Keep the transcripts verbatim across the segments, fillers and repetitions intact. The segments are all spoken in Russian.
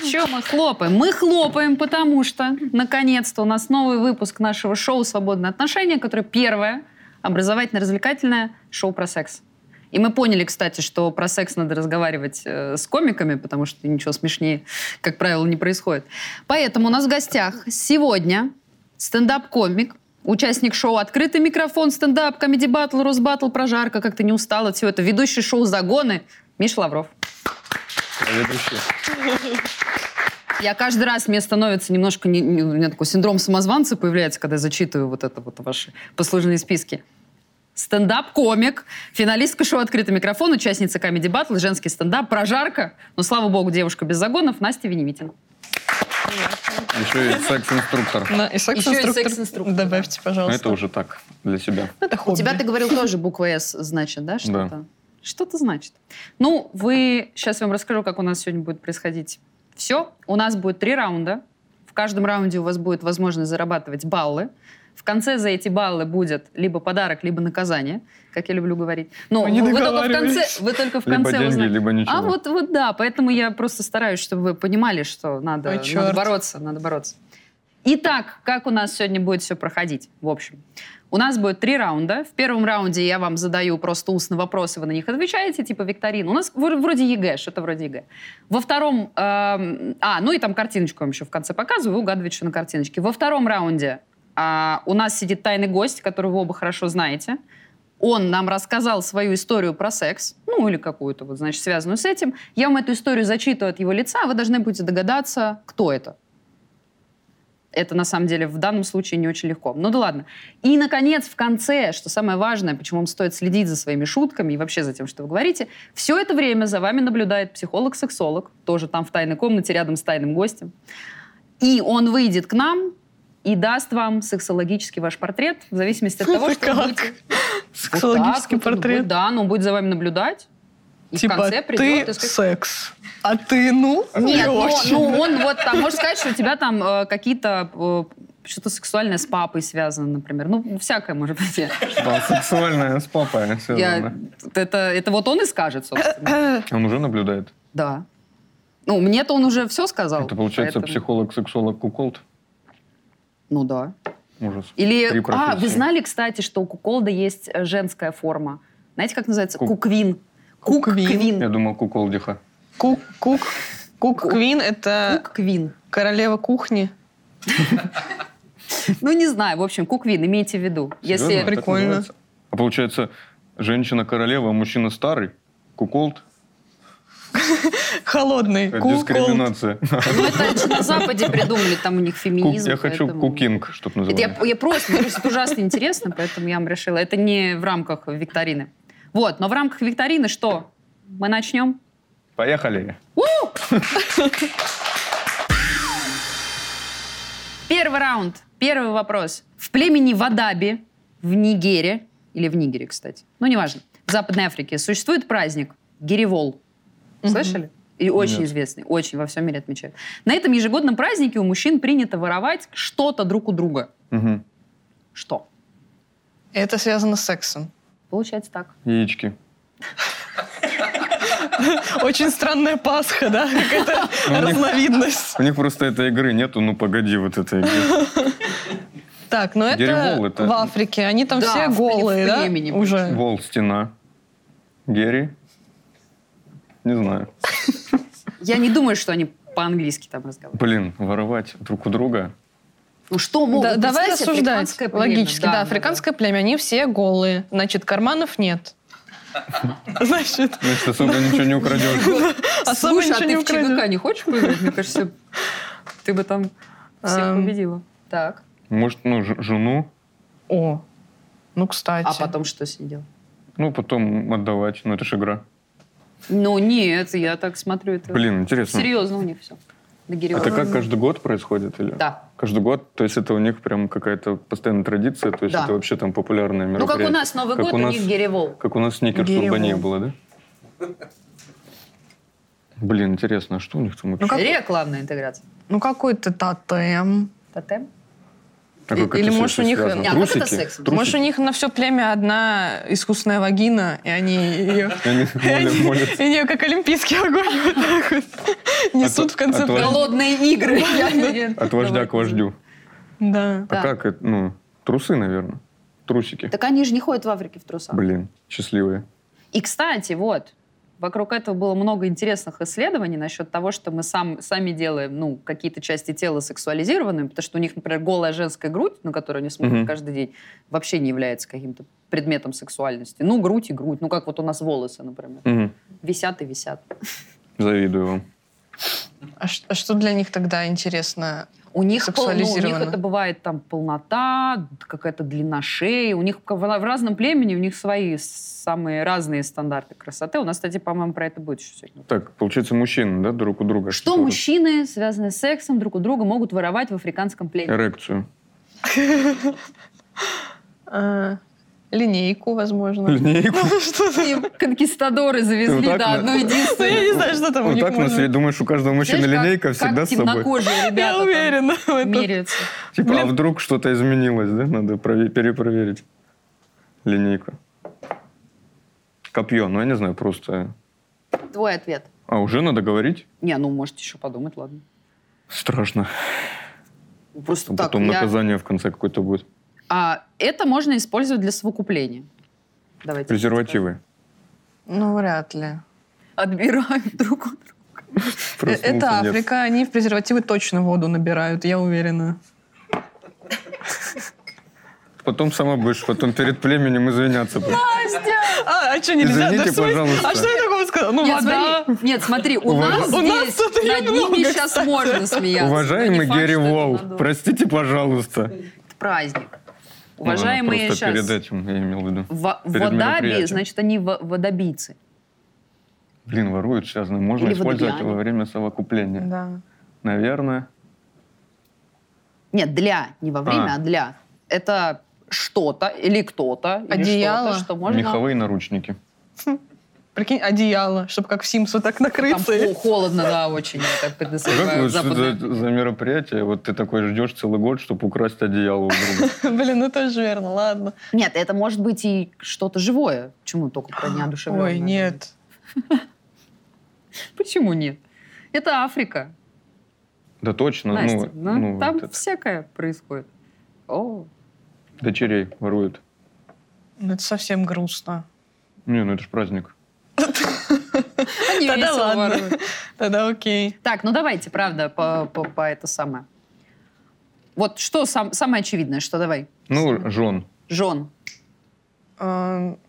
Чего мы хлопаем? Мы хлопаем, потому что, наконец-то, у нас новый выпуск нашего шоу «Свободные отношения», которое первое образовательно-развлекательное шоу про секс. И мы поняли, кстати, что про секс надо разговаривать э, с комиками, потому что ничего смешнее, как правило, не происходит. Поэтому у нас в гостях сегодня стендап-комик, участник шоу «Открытый микрофон», стендап, комеди-баттл, рос-баттл, прожарка, как-то не устал от всего этого, ведущий шоу «Загоны» Миша Лавров. Ведущий. Я каждый раз, мне становится немножко, не, не, у меня такой синдром самозванца появляется, когда я зачитываю вот это вот ваши послужные списки. Стендап-комик, финалистка шоу «Открытый микрофон», участница комеди-баттл, женский стендап, прожарка, но, слава богу, девушка без загонов, Настя Венемитина. Еще и секс-инструктор. Да, и секс-инструктор. Еще и секс-инструктор. Добавьте, пожалуйста. Это уже так, для себя. Это хобби. У тебя, ты говорил, тоже буква «С» значит, да, что-то? Да. Что-то значит. Ну, вы... Сейчас я вам расскажу, как у нас сегодня будет происходить все. У нас будет три раунда. В каждом раунде у вас будет возможность зарабатывать баллы. В конце за эти баллы будет либо подарок, либо наказание, как я люблю говорить. Но Мы не вы, вы только в конце, вы только в конце Либо деньги, узнаете. либо ничего. А вот, вот да, поэтому я просто стараюсь, чтобы вы понимали, что надо, Ой, надо черт. бороться, надо бороться. Итак, как у нас сегодня будет все проходить? В общем, у нас будет три раунда. В первом раунде я вам задаю просто устные вопросы, вы на них отвечаете, типа викторин. У нас вроде ЕГЭ, что-то вроде ЕГЭ. Во втором... Э, а, ну и там картиночку я вам еще в конце показываю, вы угадываете, что на картиночке. Во втором раунде э, у нас сидит тайный гость, которого вы оба хорошо знаете. Он нам рассказал свою историю про секс, ну или какую-то, вот, значит, связанную с этим. Я вам эту историю зачитываю от его лица, а вы должны будете догадаться, кто это. Это, на самом деле, в данном случае не очень легко. Ну да ладно. И, наконец, в конце, что самое важное, почему вам стоит следить за своими шутками и вообще за тем, что вы говорите, все это время за вами наблюдает психолог-сексолог, тоже там в тайной комнате рядом с тайным гостем. И он выйдет к нам и даст вам сексологический ваш портрет, в зависимости от того, что вы будете... Сексологический Вот так вот он портрет. будет, да, но он будет за вами наблюдать. И Типа, в конце придет ты и скажет... секс, а ты, ну, Нет, не ну, очень. ну, он вот там, может сказать, что у тебя там э, какие-то, э, что-то сексуальное с папой связано, например. Ну, всякое может быть. Да, сексуальная с папой Я, связана. это, это вот он и скажет, собственно. Он уже наблюдает. Да. Ну, мне-то он уже все сказал. Это получается поэтому- психолог-сексолог куколд. Ну да. Ужас. Или, Три а, профессии. вы знали, кстати, что у куколда есть э, женская форма? Знаете, как называется? Кук. Куквин. Куквин. Куквин. Я думал, куколдиха. Кук, кук, кук Квин — это Куквин. королева кухни. Ну, не знаю. В общем, куквин, имейте в виду. Серьезно? Если... Так Прикольно. называется? А получается, женщина-королева, а мужчина старый? Куколд? Холодный. Это Куколд. дискриминация. Ну, это на Западе придумали, там у них Ку- феминизм. Я хочу поэтому- кукинг, чтобы Это называли. я, я просто, мне кажется, это ужасно интересно, поэтому я вам решила. Это не в рамках викторины. Вот, но в рамках викторины что? Мы начнем? Поехали. Первый раунд, первый вопрос. В племени Вадаби в Нигере, или в Нигере, кстати, ну, неважно, в Западной Африке существует праздник Геревол. Слышали? И очень Нет. известный, очень во всем мире отмечают. На этом ежегодном празднике у мужчин принято воровать что-то друг у друга. Угу. Что? Это связано с сексом. Получается так. Яички. Очень странная Пасха, да? Какая-то Ну, у них- разновидность. У них просто этой игры нету, ну погоди, вот этой игры. Так, но это, Геревол это- в Африке. Они там Да, все в пле- голые, в да? племени. Уже. Вол, стена. Герри. Не знаю. Я не думаю, что они по-английски там разговаривают. Блин, воровать друг у друга. Ну что могут? Да, давай Представьте, рассуждать. африканское племя. Логически, да, африканское племя, они все голые. Значит, карманов нет. Значит, Значит, особо ничего не украдешь. особо Слушай, а ничего ты не в ЧГК украдешь. не хочешь поиграть? Мне кажется, ты бы там всех Эм. победила. Так. Может, ну, ж- жену, О, ну, кстати. А потом что с ней делать? ну, потом отдавать. Ну, это ж игра. Ну нет, я так смотрю, это Блин, интересно. серьезно у них все. Это как каждый год происходит? Или? Да. Каждый год? То есть это у них прям какая-то постоянная традиция? То есть Да. это вообще там популярное Ну мероприятие? как у нас Новый Как год, у у нас- них Геревол. Как у нас сникерс, чтобы Геревол. не было, да? Блин, интересно, а что у них там вообще? как- Рекламная интеграция. Ну, какой-то тотем. Тотем? А как или, это всё- может, всё у них- связано? Не, а как это Трусики? секс? Трусики? Может, у них на все племя одна искусственная вагина, и они ее... Они молят- молятся. И они её как олимпийский огонь вот так вот Несут в конце от вождя- Голодные игры. От вождя к вождю. Да. А Да. как это? Ну, трусы, наверное. Трусики. Так они же не ходят в Африке в трусах. Блин, счастливые. И, кстати, вот, вокруг этого было много интересных исследований насчет того, что мы сам, сами делаем, ну, какие-то части тела сексуализированными, потому что у них, например, голая женская грудь, на которую они смотрят Мгм. каждый день, вообще не является каким-то предметом сексуальности. Ну, грудь и грудь. Ну, как вот у нас волосы, например. Мгм. Висят и висят. Завидую вам. А, ш- а что для них тогда интересно? У них, пол- ну, у них Сексуализировано. это бывает там полнота, какая-то длина шеи. У них в, в разном племени у них свои самые разные стандарты красоты. У нас, кстати, по-моему, про это будет еще сегодня. Так, получается, мужчины, да, друг у друга? Что что-то- мужчины, связанные с сексом, друг у друга могут воровать в африканском племени? Эрекцию. А, линейку, возможно. Линейку. Что-то. И конкистадоры завезли, Вот так да, на- одно Я единственное. не знаю, что там у Вот них так на можно. свете. Думаешь, у каждого мужчины Знаешь, как- линейка всегда как с собой? темнокожие ребята Я там уверена в этом. меряются. Типа, Блин. а вдруг что-то изменилось, да? Надо прове- перепроверить. Линейку. Копье, ну я не знаю, просто... Твой ответ. А, уже надо говорить? Не, ну, можете еще подумать, ладно. Страшно. Просто А так, потом я- наказание в конце какое-то будет. А, это можно использовать для совокупления. Давайте. Презервативы. Ну, вряд ли. Отбираем друг у друга. Проснулся, Это нет. Африка, они в презервативы точно воду набирают, я уверена. Потом сама будешь, потом перед племенем извиняться. будешь. А, а что, нельзя? Извините, Да в смысле? пожалуйста. А что я такого сказала? Ну, Нет, вода. смотри, нет, смотри, у Уважаю. нас У нас здесь тут над немного, ними сейчас кстати. можно смеяться. но Уважаемый не факт, Герри что это Волл, надолго. простите, пожалуйста. Это праздник. Ну, Уважаемые просто сейчас... перед этим я имел в виду. В, перед водаби, мероприятием. значит, они во- водобийцы. Блин, воруют сейчас, но можно Или использовать водопьяне. во время совокупления. Да. Наверное. Нет, для, не во время, А. а, для. Это что-то или кто-то, или Одеяло? что-то, что можно... Меховые наручники. Прикинь, одеяло, чтобы как в Симсу так Там накрыться. хо- холодно, да, очень. Я так А как предусмотреваю вот что западное. это за мероприятие? Вот ты такой ждешь целый год, чтобы украсть одеяло у друга. Блин, ну тоже верно, ладно. Нет, это может быть и что-то живое. Почему только про неодушевленное? Ой, нет. Почему нет? Это Африка, Да точно. Настя. Ну, ну, ну, там вот это. всякое происходит. О, Дочерей воруют. Ну, это совсем грустно. Не, ну это ж праздник. они Тогда весело ладно. воруют. Тогда окей. Так, ну давайте, правда, по, по, по это самое. Вот что сам, самое очевидное, что давай? Ну, жен. Жен. Эм,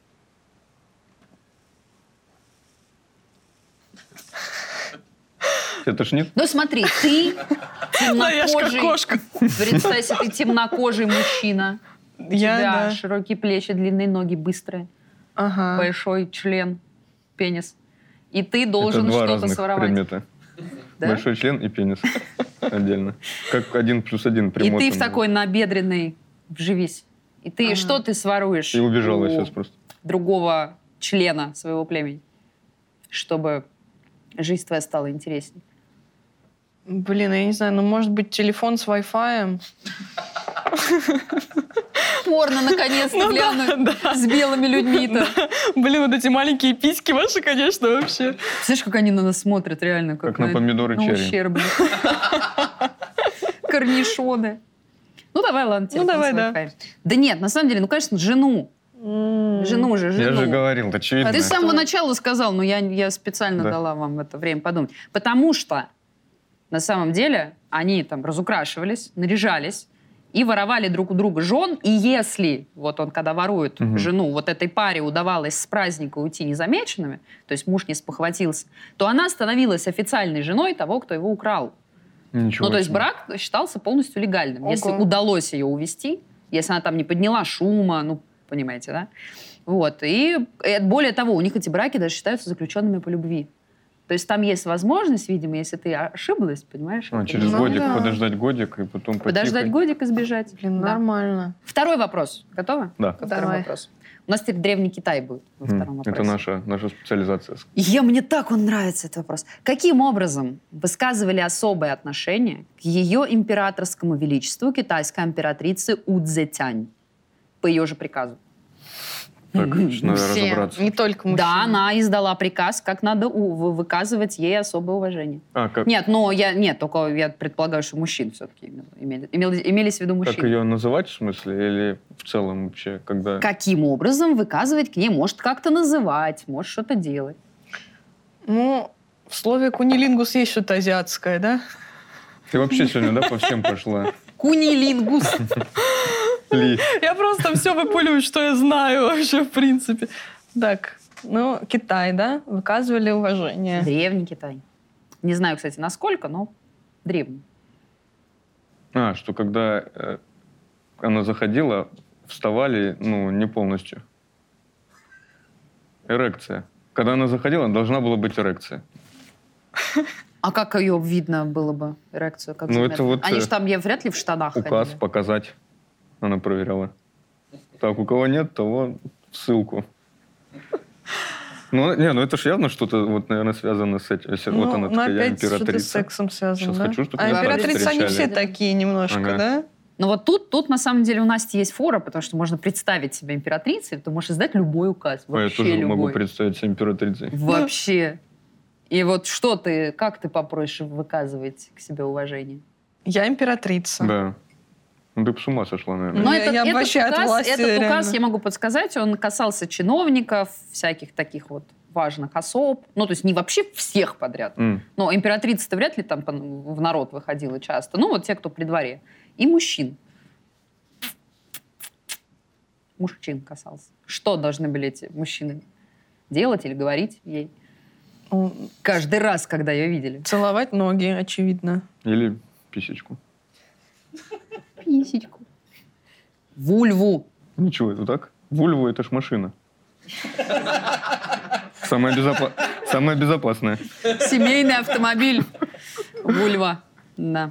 Это ж нет? Ну смотри, ты Да, я ж как темнокожий... кошка. Представь себе, ты темнокожий мужчина. У Я, тебя да. широкие плечи, длинные ноги, быстрые, Ага. большой член, пенис. И ты Это должен два что-то разных своровать. предмета. Да? Большой член и пенис. Отдельно. Как один плюс один И примотан. ты в такой набедренный вживись. И ты Ага. что ты своруешь И убежала у сейчас просто. другого члена своего племени, чтобы жизнь твоя стала интересней? Блин, я не знаю, ну, может быть, телефон с Wi-Fi? Порно, наконец-то, Ну да, глянуть с белыми людьми-то. Блин, вот эти маленькие письки ваши, конечно, вообще. Знаешь, как они на нас смотрят реально? Как на помидоры на черри. ущербных. Корнишоны. Ну, давай, ладно, телефон давай, с да. Wi-Fi. Да нет, на самом деле, ну, конечно, жену. Жену же, жену. Я же говорил, это очевидно. Ты с самого начала сказал, но я, я специально Да. дала вам это время подумать. Потому что на самом деле они там разукрашивались, наряжались и воровали друг у друга жен. И если вот он, когда ворует Мгм. жену, вот этой паре удавалось с праздника уйти незамеченными, то есть муж не спохватился, то она становилась официальной женой того, кто его украл. Ничего Ну, то есть себе. брак считался полностью легальным. Ого. Если удалось ее увести, если она там не подняла шума, ну, понимаете, да? Вот. И э, более того, у них эти браки даже считаются заключенными по любви. То есть там есть возможность, видимо, если ты ошиблась, понимаешь? А, это через Ну годик да. подождать годик и потом подождать потихо- годик и сбежать. Блин, Да. нормально. Второй вопрос. Готовы? Да. Ко второму Давай. вопросу. У нас теперь Древний Китай будет во М, втором вопросе. Это наша, наша специализация. Я, мне так он нравится, этот вопрос. Каким образом высказывали особое отношение к ее императорскому величеству китайская императрица Удзетянь по ее же приказу? Так, надо Все, разобраться. не только мужчины. Да, она издала приказ, как надо у- вы- выказывать ей особое уважение. А, как, Нет, но я нет, только я предполагаю, что мужчин все-таки имели, имели- имелись в виду как мужчины. ее называть, в смысле, или в целом вообще, когда... Каким образом выказывать к ней? Может, как-то называть, может, что-то делать. Ну, в слове кунилингус есть что-то азиатское, да? Ты вообще сегодня, да, по всем прошла? Кунилингус. Ли. Я просто все выпуливаю, что я знаю вообще, в принципе. Так, ну, Китай, да, выказывали уважение. Древний Китай. Не знаю, кстати, насколько, но древний. А, что когда э, она заходила, вставали, ну, не полностью. Эрекция. Когда она заходила, должна была быть эрекция. А как ее видно было бы, эрекцию? Как Ну, заметно? это вот, Они э, же там я вряд ли в штанах Указ ходили. показать. Она проверяла. Так, у кого нет, того в ссылку. Ну, не, ну это ж явно что-то, вот, наверное, связано с этим. Если вот Ну, она ну, такая, я опять что-то с императрица. сексом связано, Сейчас да? хочу, чтобы А меня так императрицы, они встречали. все такие немножко, Ага. да? Но вот тут, тут, на самом деле, у Насти есть фора, потому что можно представить себя императрицей, ты можешь издать любой указ. Ой, я Вообще тоже любой. могу представить себя императрицей. Вообще. И вот что ты, как ты попроще выказывать к себе уважение? Я императрица. Да. Ну, ты бы с ума сошла, наверное. Но Я- этот, я этот вообще от указ, власти этот указ, реально. я могу подсказать, он касался чиновников, всяких таких вот важных особ. Ну, то есть не вообще всех подряд. М. Но императрица-то вряд ли там по- в народ выходила часто. Ну, вот те, кто при дворе. И мужчин. Мужчин касался. Что должны были эти мужчины делать или говорить ей? Ну, Каждый раз, когда ее видели. Целовать ноги, очевидно. Или писечку. Писечку. Вульву. Ничего, это так? Вульво — это ж машина. Самая, безопа- Самая безопасная. Семейный автомобиль. Вульва. Да.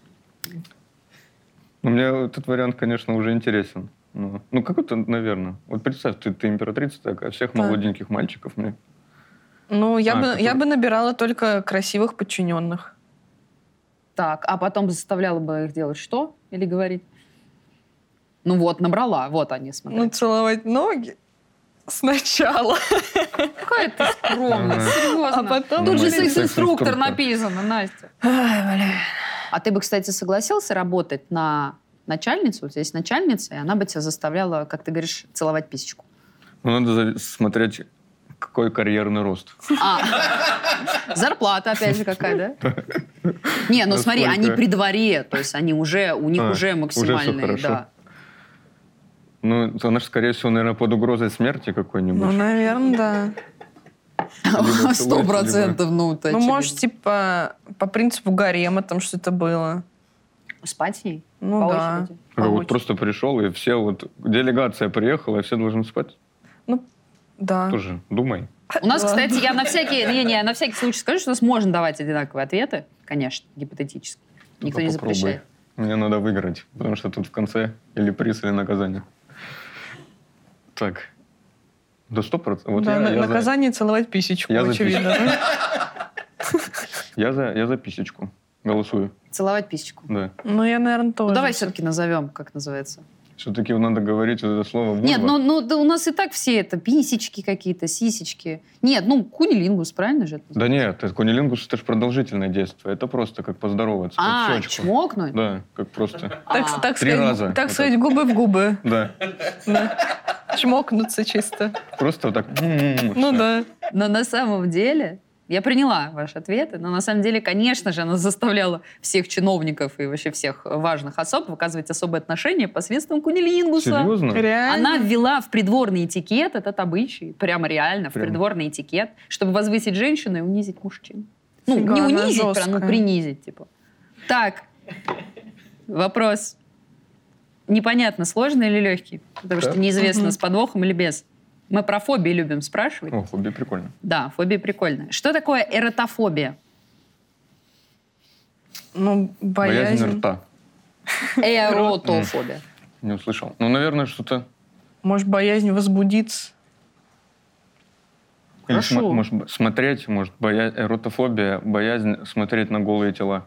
Но мне этот вариант, конечно, уже интересен. Ну, ну какой-то, наверное. Вот представь, ты, ты императрица такая, всех Да. молоденьких мальчиков мне. Ну, я, А, бы, который- я бы набирала только красивых подчиненных. Так, а потом заставляла бы их делать что? Или говорить? Ну вот, набрала. Вот они, смотри. Ну, целовать ноги сначала. Какая ты скромная, Ага. серьезно. А потом... Тут же блин. секс-инструктор Секс-инструктор. написано, Настя. Ай, бля. А ты бы, кстати, согласился работать на начальницу? У тебя есть начальница, и она бы тебя заставляла, как ты говоришь, целовать писечку. Ну, надо за- смотреть, какой карьерный рост. А, зарплата, опять же, какая, да? Не, ну смотри, Насколько? они при дворе, то есть они уже, у них А, уже уже всё максимальные, хорошо. да. Ну, она же, скорее всего, наверное, под угрозой смерти какой-нибудь. Ну, наверное, да. Либо Сто целует, процентов, ну, это Ну, очевидно. может, типа, по принципу гарема там что-то было. Спать с ней? Ну, По да. очереди? А По вот очереди. просто пришел, и все, вот, делегация приехала, и все должны спать. Да. Тоже думай. У нас, Ладно. кстати, я на всякий, не, не, на всякий случай скажу, что у нас можно давать одинаковые ответы, конечно, гипотетически. Никто Ну, не попробуй. запрещает. Мне надо выиграть, потому что тут в конце или приз, или наказание. Так. Да сто процентов. Вот Да, я, на- я, за, наказание целовать писечку, Я за очевидно. да? я, за, я за писечку голосую. Целовать писечку. Да. Ну, я, наверное, тоже. Ну, давай все-таки назовем, как называется. Все-таки надо говорить вот это слово «вульва». Нет, ну, ну да у нас и так все это писечки какие-то, сисечки. Нет, ну кунилингус, правильно же это Да называется? нет, это кунилингус, это же продолжительное действие. Это просто как поздороваться. А, как в щечку. чмокнуть? Да, как просто. Так, А. так Три сказать, раза. Так Вот сказать, губы в губы. Да. Да. Чмокнуться чисто. Просто вот так. м-м-м, Ну всё. да. Но на самом деле, я приняла ваши ответы, но на самом деле, конечно же, она заставляла всех чиновников и вообще всех важных особ выказывать особое отношение посредством кунилингуса. Серьезно? Реально. Она ввела в придворный этикет этот обычай, прямо реально, в Прям. придворный этикет, чтобы возвысить женщину и унизить мужчин. Ну, Фига, не она унизить, прям, ну, жесткая. принизить, типа. Так, вопрос. Непонятно, сложный или легкий? Потому что Так. неизвестно, Мгм. с подвохом или без. Мы про фобии любим спрашивать. О, хобби прикольно. Да, фобия прикольная. Что такое эротофобия? Ну, Боязнь боязнь. рта. Эротофобия. Не услышал. Ну, наверное, что-то... Может, боязнь возбудиться. Или Хорошо. смо- может, б- смотреть, может, боя... эротофобия, боязнь смотреть на голые тела.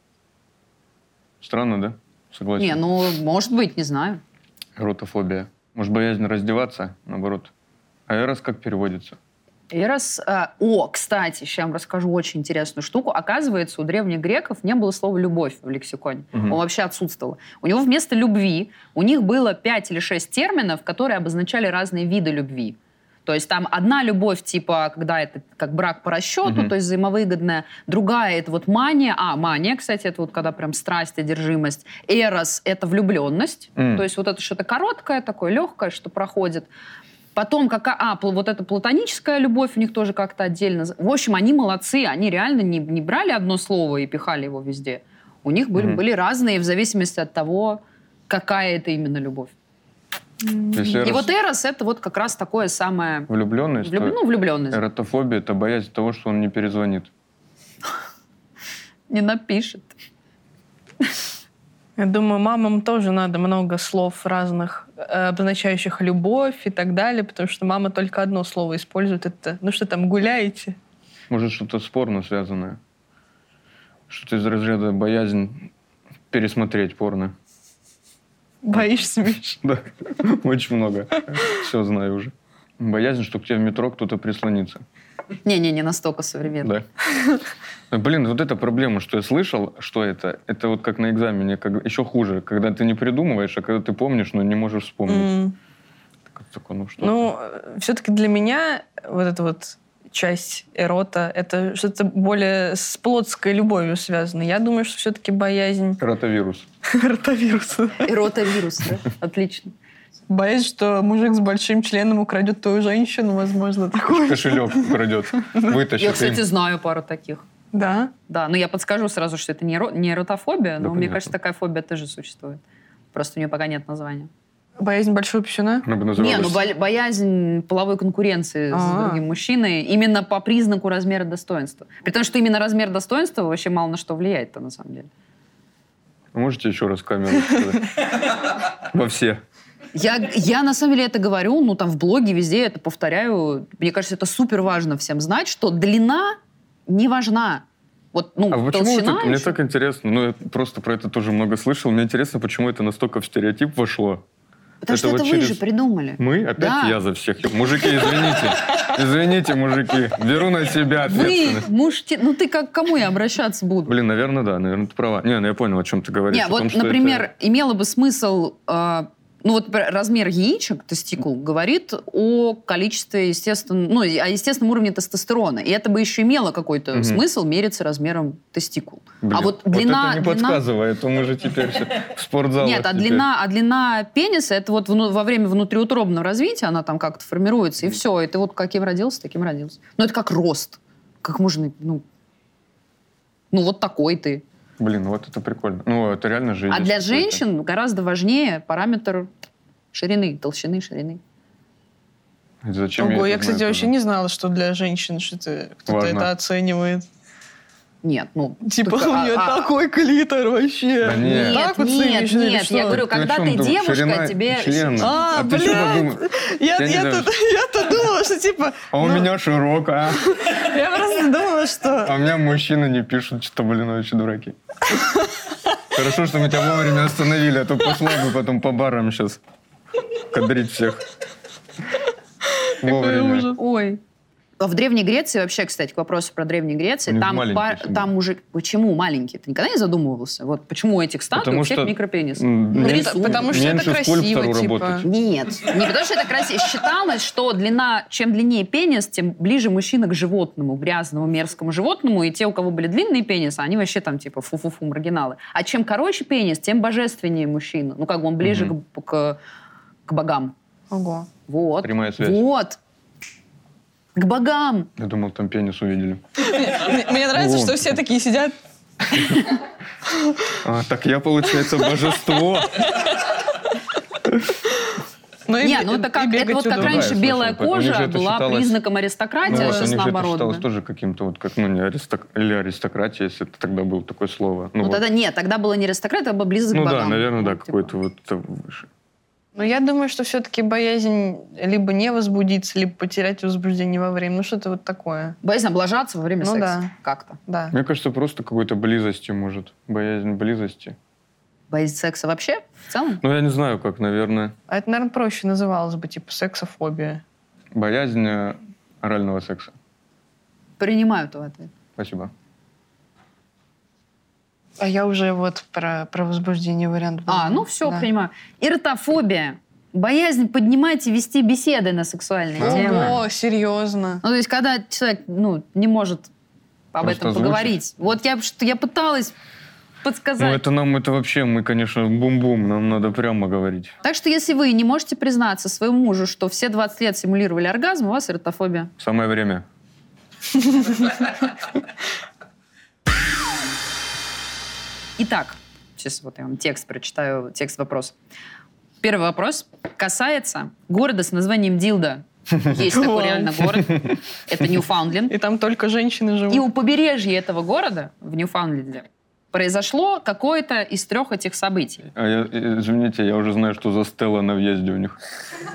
Странно, да? Согласен. Не, ну, может быть, не знаю. Эротофобия. Может, боязнь раздеваться, наоборот. А эрос как переводится? Эрос... А, о, кстати, сейчас я вам расскажу очень интересную штуку. Оказывается, у древних греков не было слова «любовь» в лексиконе. Угу. Он вообще отсутствовал. У него вместо «любви» у них было пять или шесть терминов, которые обозначали разные виды любви. То есть там одна любовь, типа, когда это как брак по расчету, Угу. то есть взаимовыгодная. Другая — это вот мания. А, мания, кстати, это вот когда прям страсть, одержимость. Эрос — это влюбленность. М. То есть вот это что-то короткое, такое легкое, что проходит. Потом, какая, а, пл- вот эта платоническая любовь у них тоже как-то отдельно. В общем, они молодцы, они реально не, не брали одно слово и пихали его везде. У них были, Мгм. были разные в зависимости от того, какая это именно любовь. Если И эрос- вот эрос — это вот как раз такое самое... влюбленность, Влюб- то Ну, влюбленность. эротофобия — это боязнь того, что он не перезвонит. Не напишет. Я думаю, мамам тоже надо много слов разных, э, обозначающих любовь и так далее, потому что мама только одно слово использует. Это, ну что там, гуляете? Может, что-то спорно связанное. Что-то из разряда боязнь пересмотреть порно. Боишься, Миш? Да, очень много. Все знаю уже. Боязнь, что к тебе в метро кто-то прислонится. Не-не, не настолько современно. Да. Блин, вот эта проблема, что я слышал, что это, это вот как на экзамене, как, еще хуже, когда ты не придумываешь, а когда ты помнишь, но не можешь вспомнить. М. Как такое, ну, что Ну, все-таки для меня вот эта вот часть эрота, это что-то более с плотской любовью связано. Я думаю, что все-таки боязнь Ротавирус. ротавируса. Эротовирус, да? Отлично. Боязнь, что мужик с большим членом украдет твою женщину, возможно, такое. Кошелек украдет, вытащит. Я, кстати, и- знаю пару таких. Да. Да, но я подскажу сразу, что это не, эро- не эротофобия, но Да, мне понятно. кажется, такая фобия тоже существует. Просто у нее пока нет названия. Боязнь большого писюна? Она бы Не, называлась- ну бо- боязнь половой конкуренции с А. другим мужчиной именно по признаку размера достоинства. При том, что именно размер достоинства вообще мало на что влияет-то на самом деле. Можете еще раз камеру показать? Во все. Я, я на самом деле это говорю, ну там в блоге везде это повторяю. Мне кажется, это супер важно всем знать, что длина не важна. Вот, ну, А почему толщина это, мне еще- так интересно, ну, я просто про это тоже много слышал, мне интересно, почему это настолько в стереотип вошло. Потому что вот это вы через- же придумали. Мы? Опять Да. я за всех. Мужики, извините. Извините, мужики. Беру на себя Вы ответственность. можете... Ну ты как к кому я обращаться буду? Блин, наверное, да, наверное, ты права. Не, ну я понял, о чем ты говоришь. Не, о вот, том, что например, это- имело бы смысл... э, ну вот пр- размер яичек, тестикул, говорит о количестве, естественно, ну, о естественном уровне тестостерона. И это бы еще имело какой-то Мгм. смысл мериться размером тестикул. Блин, а вот длина... это не длина- подсказывай, а то мы же теперь все в спортзалах. Нет, а теперь. длина, а длина пениса, это вот вну- во время внутриутробного развития она там как-то формируется, и все. И ты вот каким родился, таким родился. Ну, это как рост. Как можно, ну... Ну, вот такой ты. Блин, вот это прикольно. Ну, это реально же А есть для какой-то- женщин гораздо важнее параметр ширины, толщины ширины. Зачем Ого, я, это кстати, знаю вообще тоже? не знала, что для женщин что-то кто-то Важно. это оценивает. Нет, ну... Типа, так, у а- нее а- такой клитор вообще. Да нет. Нет, Так вот нет, ценишь или нет, что? я говорю, Ты о когда чем ты думаешь? девушка, Ширина тебе... члена. А, А ты что блядь. подумал? Я, Я не я, знаю. тут, я-то думала, что типа... А у ну, меня широкая. Я просто думала, что... А у меня мужчины не пишут, что, блин, вообще дураки. Хорошо, что мы тебя вовремя остановили, а то пошла бы потом по барам сейчас кадрить всех. Вовремя. ужас. Ой. В Древней Греции, вообще, кстати, к вопросу про Древнюю Грецию, У них там, маленькие пар- всегда. там мужик... Почему маленький? Ты никогда не задумывался? Вот почему у этих статуй Потому у всех что, микропенис? м, Ну, меньше- рисунок. Потому что это меньше красиво, скульптору типа. работать. Нет, не потому что это красиво. Считалось, что длина, чем длиннее пенис, тем ближе мужчина к животному, грязному, мерзкому животному. И те, у кого были длинные пенисы, они вообще там типа фу-фу-фу, маргиналы. А чем короче пенис, тем божественнее мужчина. Ну, как бы он ближе Мгм. к, к, к богам. Ого. Вот. Прямая связь. Вот. К богам. Я думал, там пенис увидели. Мне, мне нравится, О. что все такие сидят. А, так я, получается, божество. Ну, и Не, бе- ну это и как, это бегать вот как удобно. раньше Другая, белая слышал, у них же кожа это была считалось- признаком аристократии, Ну, а вот, сейчас у них же это наоборот. считалось да. тоже каким-то, вот, как, ну, не аристок... или аристократия, если это тогда было такое слово. Ну, Ну вот. тогда нет, тогда было не аристократ, а было близок Ну к да, богам. наверное, да, Вот, типа. какой-то вот э, выше. Ну, я думаю, что все-таки боязнь либо не возбудиться, либо потерять возбуждение во время. Ну, что-то вот такое. Боязнь облажаться во время Ну секса. да. Как-то. Да. Мне кажется, просто какой-то близости, может. Боязнь близости. Боязнь секса вообще в целом? Ну, я не знаю, как, наверное. А это, наверное, проще называлось бы, типа, сексофобия. Боязнь э, орального секса. Принимаю твой ответ. Спасибо. А я уже вот про, про возбуждение вариант. А, ну все, да. Принимаю. Эротофобия. Боязнь поднимать и вести беседы на сексуальные О, темы. О, серьезно. Ну, то есть, когда человек ну, не может об Просто этом озвучить. Поговорить. Вот я, что, я пыталась подсказать. Ну, это нам, это вообще, мы, конечно, бум-бум, нам надо прямо говорить. Так что, если вы не можете признаться своему мужу, что все двадцать лет симулировали оргазм, у вас эротофобия. Самое время. Итак, сейчас вот я вам текст прочитаю, текст вопроса. Первый вопрос касается города с названием Дилда. Есть такой реально город. Это Ньюфаундленд. И там только женщины живут. И у побережья этого города, в Ньюфаундленде, произошло какое-то из трех этих событий. А я, извините, я уже знаю, что за стела на въезде у них.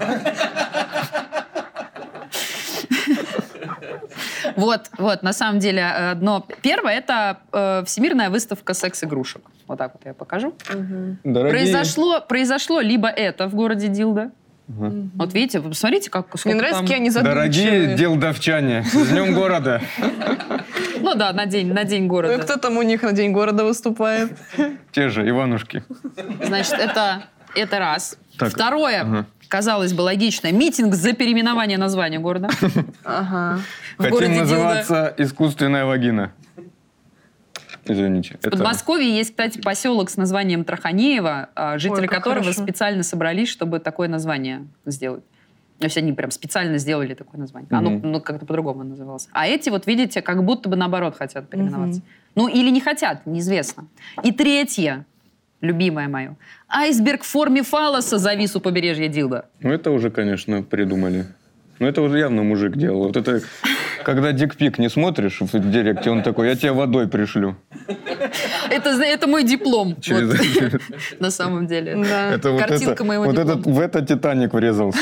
Вот, вот, на самом деле, одно... Первое — это э, Всемирная выставка секс-игрушек. Вот так вот я покажу. Угу. Произошло, произошло либо это в городе Дилда. Угу. Вот видите, вы посмотрите, как, сколько Мне нравится, там... какие они задумчивые. Дорогие дилдовчане, с Днем города. Ну да, на день, на день города. Ну, кто там у них на День города выступает? Те же, Иванушки. Значит, это, это раз. Так, Второе, ага. казалось бы, логичное. Митинг за переименование названия города. Ага. В Хотим городе называться «Искусственная вагина». Извините. В Подмосковье есть, кстати, поселок с названием Траханеево, жители Ой, как которого хорошо. специально собрались, чтобы такое название сделать. То есть они прям специально сделали такое название. Оно Мгм. ну, как-то по-другому называлось. А эти, вот видите, как будто бы наоборот хотят переименоваться. Мгм. Ну, или не хотят, неизвестно. И третье, любимое мое. Айсберг в форме фалоса завис у побережья Дилда. Ну, это уже, конечно, придумали. Но это уже явно мужик делал. Вот это, когда дикпик не смотришь в директе, он такой, я тебе водой пришлю. Это, это мой диплом. Через- вот, на самом деле. Да. Это вот Картинка это- моего вот диплома. этот, в это Титаник врезался.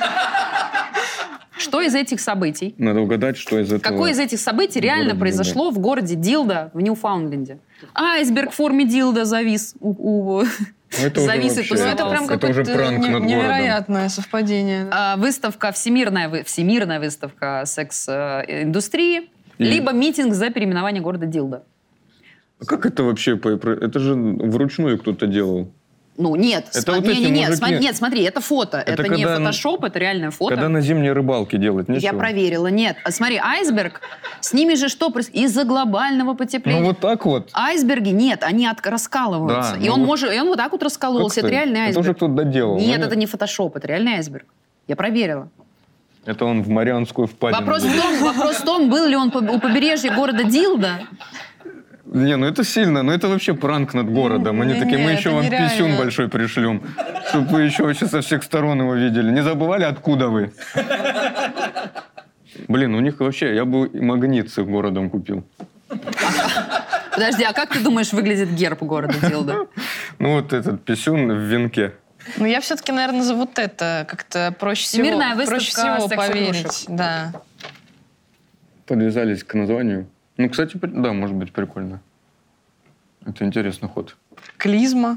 Что из этих событий, Надо угадать, что из этого... какое из этих событий в реально городе произошло в городе Дилда в Ньюфаундленде? Айсберг в форме Дилда завис у... у- Ну, это уже завис и вообще- Ну, это прям Это уже какое-то пранк не- над городом. невероятное совпадение. А, выставка, всемирная, вы- всемирная выставка секс-индустрии, И- либо митинг за переименование города Дилда. А как это вообще? по- про- Это же вручную кто-то делал. Ну, нет, Это сма- вот не, эти не, нет, мужики. сма- нет, смотри, это фото, это, Это не когда- фотошоп, это реальное фото. Когда на зимней рыбалке делать, Я ничего. проверила, нет. А смотри, айсберг, с ними же что происходит? Из-за глобального потепления. Ну вот так вот. Айсберги, нет, они от- раскалываются. Да, и ну он вот- может, и он вот так вот раскололся. Как Это реальный Это уже айсберг. кто-то доделал. Нет, Ну, это не фотошоп, это реальный айсберг. Я проверила. Это он в Марианскую впадину. Вопрос в, делал. том, вопрос в том, был ли он по- у побережья города Дилда. Не, ну это сильно, ну это вообще пранк над городом. Они Не, такие, не, мы это еще вам нереально. писюн большой пришлем, чтобы вы еще вообще со всех сторон его видели. Не забывали, откуда вы? Блин, у них вообще, я бы и магнит с их городом купил. Подожди, а как ты думаешь, выглядит герб города Дилда? Ну вот этот писюн в венке. Ну, я все-таки, наверное, назову это как-то проще всего, Всемирная выставка проще всего секс-игрушек. поверить. Да. Подвязались к названию. Ну, кстати, при- да, может быть, прикольно. Это интересный ход. Клизма.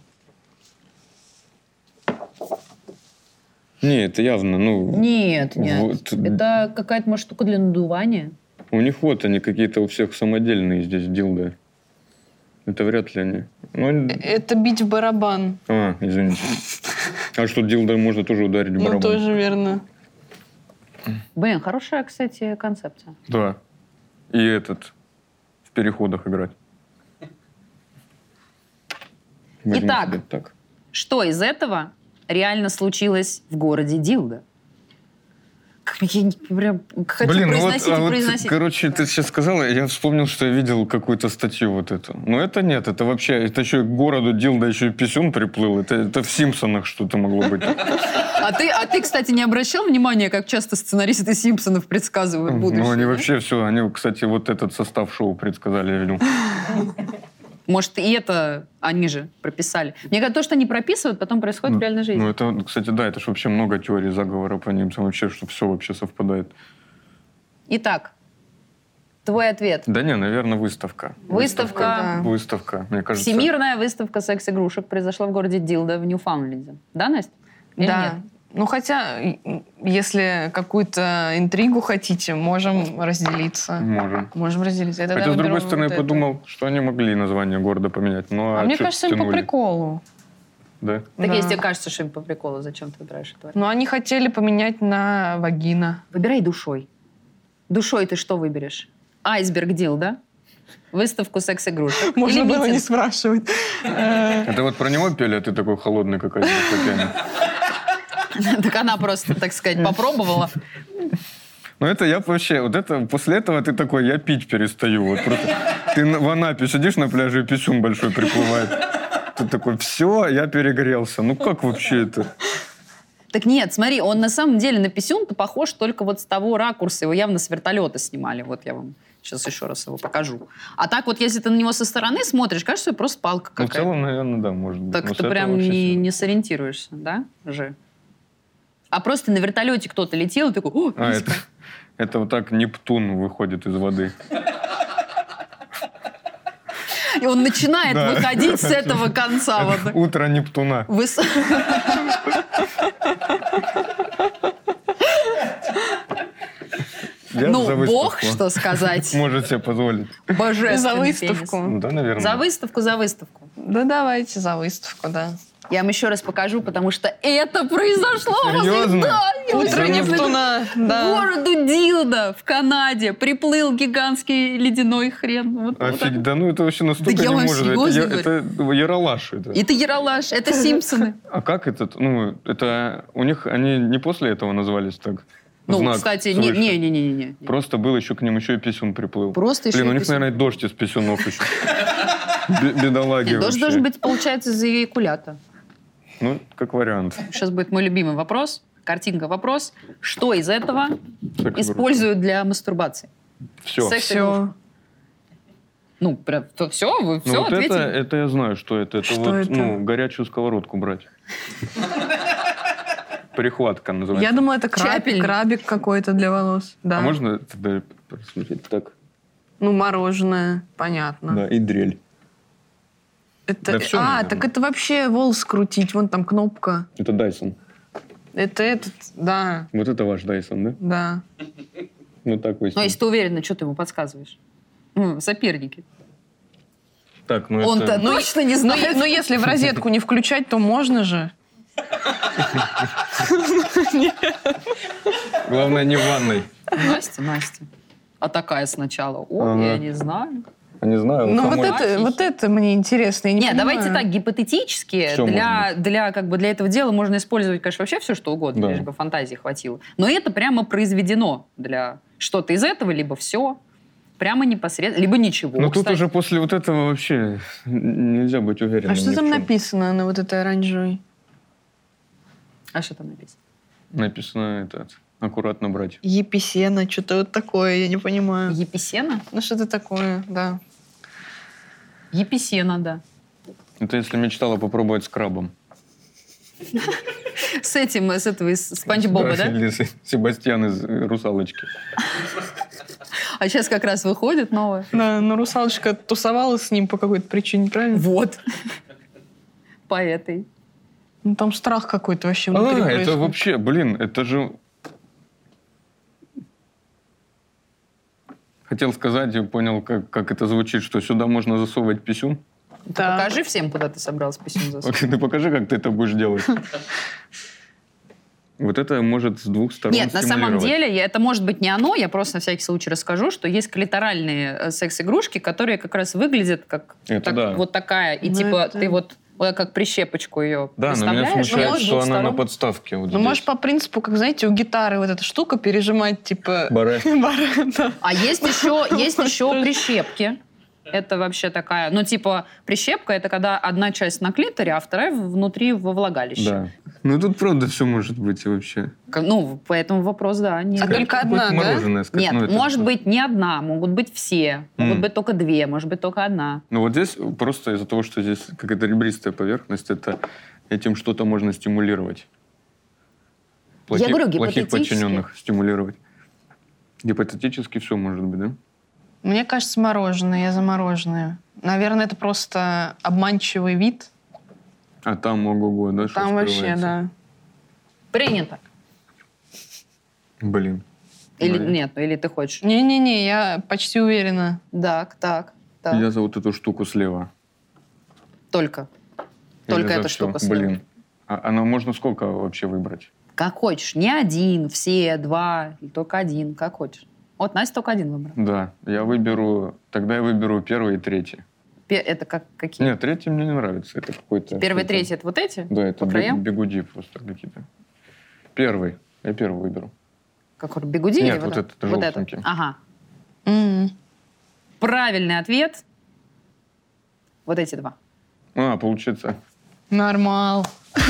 Не, это явно, ну... Нет, нет. Вот. Это какая-то, может, штука для надувания. У них вот они какие-то у всех самодельные здесь дилды. Это вряд ли они. Ну, они- Это бить в барабан. А, извините. А что, дилдой можно тоже ударить в Ну, барабан? тоже верно. Блин, хорошая, кстати, концепция. Да. И этот, в переходах играть. Возьми Итак. себе так. Что из этого реально случилось в городе Дилда? Как я не, прям хочу Блин, ну вот, произносить а и вот, произносить. короче, ты сейчас сказала, я вспомнил, что я видел какую-то статью вот эту. Но это нет, это вообще, это еще к городу Дилда еще и писюн приплыл. Это, это в Симпсонах что-то могло быть. А ты, а ты, кстати, не обращал внимания, как часто сценаристы Симпсонов предсказывают будущее? Ну, они да? вообще все, они, кстати, вот этот состав шоу предсказали, я видел. Может, и это они же прописали. Мне кажется, то, что они прописывают, потом происходит в реальной жизни. Ну, это, кстати, да, это же вообще много теорий заговора по немцам, вообще, что все вообще совпадает. Итак, Твой ответ. Да не, наверное, выставка. Выставка. Да. Выставка, мне кажется. Всемирная выставка секс-игрушек произошла в городе Дилда в Ньюфаундленде. Да, Настя? Или Да. нет? Ну, хотя, м, если какую-то интригу хотите, можем разделиться. Можем. Можем разделиться. Это Хотя, да, с другой берем стороны, вот я это. подумал, что они могли название города поменять. Ну, А а мне чё кажется, им по тянули? приколу. Да? Так Да. если тебе кажется, что им по приколу, зачем ты выбираешь это? Но они хотели поменять на вагина. Выбирай душой. Душой ты что выберешь? Айсберг Дилда? Выставку секс-игрушек? Можно Или было не митинг? спрашивать. Э, Это вот про него пели, а ты такой холодный какой-то. Так она просто, так сказать, попробовала. Ну это я вообще, вот это, после этого ты такой, я пить перестаю. Вот просто ты в Анапе сидишь на пляже, и писюн большой приплывает. Ты такой, все, я перегрелся. Ну как вообще это? Так нет, смотри, он на самом деле на писюн-то похож только вот с того ракурса. Его явно с вертолета снимали. Вот я вам сейчас еще раз его покажу. А так вот, если ты на него со стороны смотришь, кажется, просто палка Ну в какая-то. целом, наверное, да, может быть. Так Но с ты этого прям вообще не, всё. не сориентируешься, да, же? А просто на вертолете кто-то летел и такой, о, А, писька. это, это вот так Нептун выходит из воды. И он начинает Да. выходить с этого конца. Вот. Утро Нептуна. Выс- Я Ну, за бог, выставку. что сказать. Может себе позволить. Божественный За пенис. выставку. Ну да, наверное. За выставку, за выставку. Да давайте за выставку, да. Я вам еще раз покажу, потому что это произошло Серьезно? возле... Да, я Утро возле- Нептуна, В да. городу Дилда в Канаде приплыл гигантский ледяной хрен. Вот- вот Офигеть, так. да ну это вообще настолько Да я не вам может. серьезно Это, я- это яролаж. Это. Это Яралаш, это Симпсоны. А как этот? Ну, это у них они не после этого назывались так. Ну, Знак кстати, свыше. не-не-не-не. Просто был еще к ним еще и писюн приплыл. Просто еще Блин, у и них, писюн. наверное, дождь из писюнов еще. Бе- Бедолаги Нет, дождь вообще. должен быть, получается, из-за эякулята. Ну, как вариант. Сейчас будет мой любимый вопрос. Картинка вопрос. Что из этого Секс-игрушка. используют для мастурбации? Все. Секс- Все. Ну, прям, то все, вы Ну, все вот ответили. это, это я знаю, что это. Это Что вот, это? ну, горячую сковородку брать. Прихватка называется. Я думала, это крабик, Чапельник. крабик какой-то для волос. Да. А можно тогда посмотреть так? Ну, мороженое, понятно. Да, и дрель. Это... Да всё, а, наверное. так это вообще волос крутить. Вон там кнопка. Это Дайсон. Это этот, да, Вот это ваш Дайсон, да? да. Ну так вы. Но если ты уверена, что ты ему подсказываешь? Ну, соперники. Так, ну Он-то это... точно не Ну, знает. е- ну, если в розетку не включать, то можно же. Главное, не в ванной. Настя, Настя. А такая сначала. О, Ага. я не знаю. Я не знаю. Ну, вот помой- это, вот это мне интересно. Я не Нет, понимаю. давайте так, гипотетически, Всё для, для, как бы, для этого дела можно использовать, конечно, вообще все, что угодно, Да. лишь бы фантазии хватило. Но это прямо произведено для что-то из этого, либо все. Прямо непосредственно, либо ничего. Ну тут кстати. уже после вот этого вообще нельзя быть уверенным. А что ни в там чем. написано на вот этой оранжевой? А что там написано? Написано этот, аккуратно брать. Еписена, что-то вот такое, я не понимаю. Еписена? Ну, что-то такое, да. Еписена, да. Это если мечтала попробовать с крабом. С этим, с этого, из Спанч Боба, да? Или с- Себастьян из э, «Русалочки». А сейчас как раз выходит новое. Да, но русалочка тусовалась с ним по какой-то причине, правильно? Вот. По этой. Ну, там страх какой-то вообще внутри А, это происходит. вообще, блин, это же... Хотел сказать, я понял, как, как это звучит, что сюда можно засовывать писюн. Да. Покажи всем, куда ты собрался писюн засунуть. Ты покажи, как ты это будешь делать. Вот это может с двух сторон Нет, на самом стимулировать. деле, я- это может быть не оно, я просто на всякий случай расскажу, что есть клиторальные э, секс-игрушки, которые как раз выглядят как Это так- да. вот такая, и Ну, типа это- ты вот, вот как прищепочку ее Да, но меня представляешь, смущает, и с что двух она на сторон. подставке. Вот Ну, здесь. может, по принципу, как, знаете, у гитары вот эта штука пережимать, типа... Баре. Баре, да. А есть еще, есть еще прищепки. Это вообще такая, ну типа прищепка, это когда одна часть на клиторе, а вторая внутри во влагалище. Да. Ну тут правда все может быть вообще. К- Ну, поэтому вопрос, да. Не... А только одна, Какое-то да? мороженое, сказать, Нет, ну, это может что? быть не одна, могут быть все, могут М. быть только две, может быть только одна. Ну вот здесь просто из-за того, что здесь какая-то ребристая поверхность, это этим что-то можно стимулировать. Я говорю, плохих гипотетически. подчиненных стимулировать. Гипотетически все может быть, да? Мне кажется, мороженое. Я за мороженое. Наверное, это просто обманчивый вид. А там ого-го, да? Там вообще, да. Принято. Блин. Или Ну, нет, ну или ты хочешь? Не-не-не, я почти уверена. Так, так, так. Я за вот эту штуку слева. Только. Или Только за эта всё? штука слева. Блин. А она можно сколько вообще выбрать? Как хочешь. Не один, все, два, или только один. Как хочешь. Вот Настя только один выбрала. Да. Я выберу... Тогда я выберу первый и третий. Пе- Это как, какие? Нет, третий мне не нравится. Это какой-то... Первый, что-то- третий — это вот эти? Да, это по бе- краям? бигуди просто какие-то. Первый. Я первый выберу. Как вот бигуди? Нет, или вот это? этот Вот желтенький. это. Ага. М. Правильный ответ. Вот эти два. А, получается... Нормал.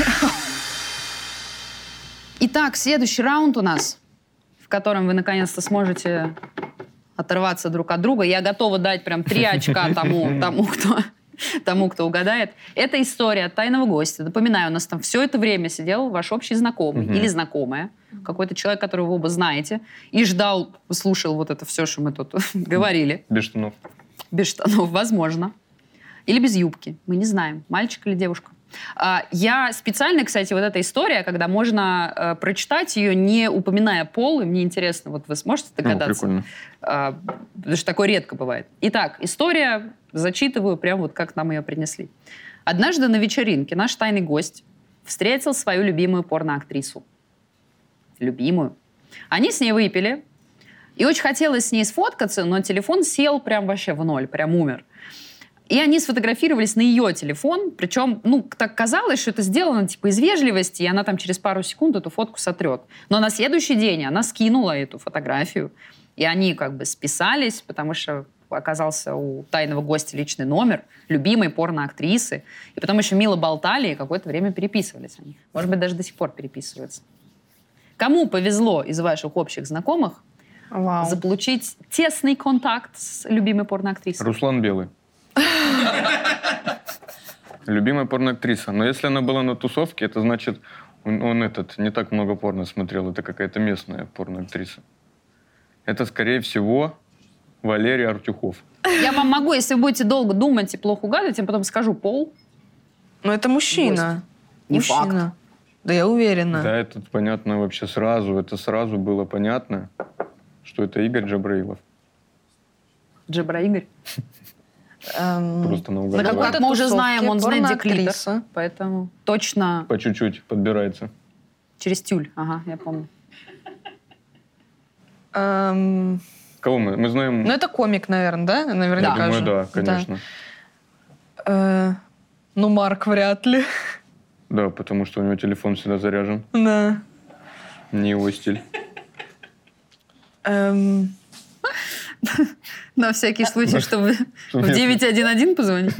Итак, следующий раунд у нас, в котором вы наконец-то сможете оторваться друг от друга. Я готова дать прям три очка тому, тому, кто, тому, кто угадает. Это история от тайного гостя. Напоминаю, у нас там все это время сидел ваш общий знакомый Мгм. или знакомая, какой-то человек, которого вы оба знаете, и ждал, слушал вот это все, что мы тут говорили. Без штанов. Без штанов, возможно. Или без юбки. Мы не знаем, мальчик или девушка. А, Я специально, кстати, вот эта история, когда можно э, прочитать ее, не упоминая пол, и мне интересно, вот вы сможете Ну, догадаться? прикольно. А, потому что такое редко бывает. Итак, история, зачитываю прям вот как нам ее принесли. Однажды на вечеринке наш тайный гость встретил свою любимую порноактрису. Любимую. Они с ней выпили, и очень хотелось с ней сфоткаться, но телефон сел прям вообще в ноль, прям умер. И они сфотографировались на ее телефон, причем, ну, так казалось, что это сделано типа из вежливости, и она там через пару секунд эту фотку сотрет. Но на следующий день она скинула эту фотографию, и они как бы списались, потому что оказался у тайного гостя личный номер любимой порноактрисы, и потом еще мило болтали и какое-то время переписывались они. Может быть, даже до сих пор переписываются. Кому повезло из ваших общих знакомых Вау. заполучить тесный контакт с любимой порноактрисой? Руслан Белый. Любимая порноактриса. Но если она была на тусовке, это значит, он, он этот не так много порно смотрел. Это какая-то местная порноактриса. Это, скорее всего, Валерий Артюхов. Я вам могу, если вы будете долго думать и плохо угадывать, я потом скажу пол. Ну, это мужчина. Не Мужчина. факт. Да я уверена. Да, это понятно вообще сразу. Это сразу было понятно, что это Игорь Джабраилов. Джабра Игорь. Эм, Просто наугад. на Как, какой-то как мы уже тусовке знаем, он знает, где клитор. порноактриса. Поэтому точно По чуть-чуть подбирается. через тюль. Ага, я помню. Эм, Кого мы? Мы знаем... Ну, это комик, наверное, да? Я Наверняка думаю, же. да, конечно. Э, ну, Марк вряд ли. Да, потому что у него телефон всегда заряжен. Да. Не его стиль. Эм, На всякий случай, чтобы в Нет. девять один один позвонить.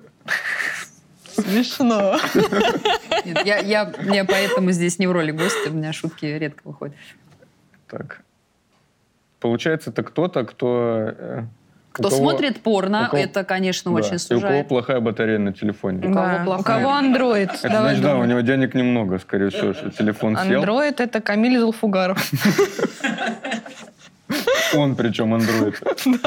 смешно. Нет, я, я, я поэтому здесь не в роли гостя, у меня шутки редко выходят. Так. Получается, это кто-то, кто... э, Кто у кого- смотрит порно, у кого- это, конечно, да, очень и у кого сужает. плохая батарея на телефоне. У кого Да. У плохая? кого андроид? Это Давай значит, да, у думай. него денег немного, скорее всего, что телефон сел. Андроид — это Камиль Зулфугаров. Он причем андроид.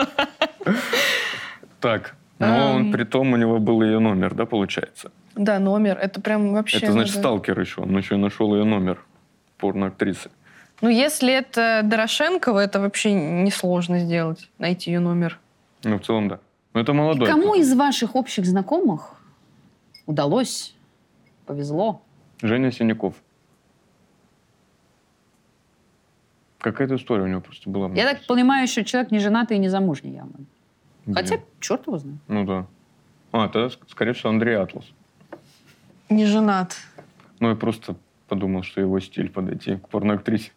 Так. Но он Ам. при том, у него был ее номер, да, получается? Да, номер. Это прям вообще... Это значит надо- сталкер еще. Он еще нашел ее номер порноактрисы. Ну, если это Дорошенкова, это вообще несложно сделать, найти ее номер. Ну, в целом, да. Но это молодой. Кому из ваших общих знакомых удалось, повезло? Женя Синяков. Какая-то история у него просто была. Я так понимаю, что человек не женатый и не замужний явно. Блин. Хотя, черт его знает. Ну да. А, тогда, ск- скорее всего, Андрей Атлас. Не женат. Ну, я просто подумал, что его стиль подойти к порноактрисе.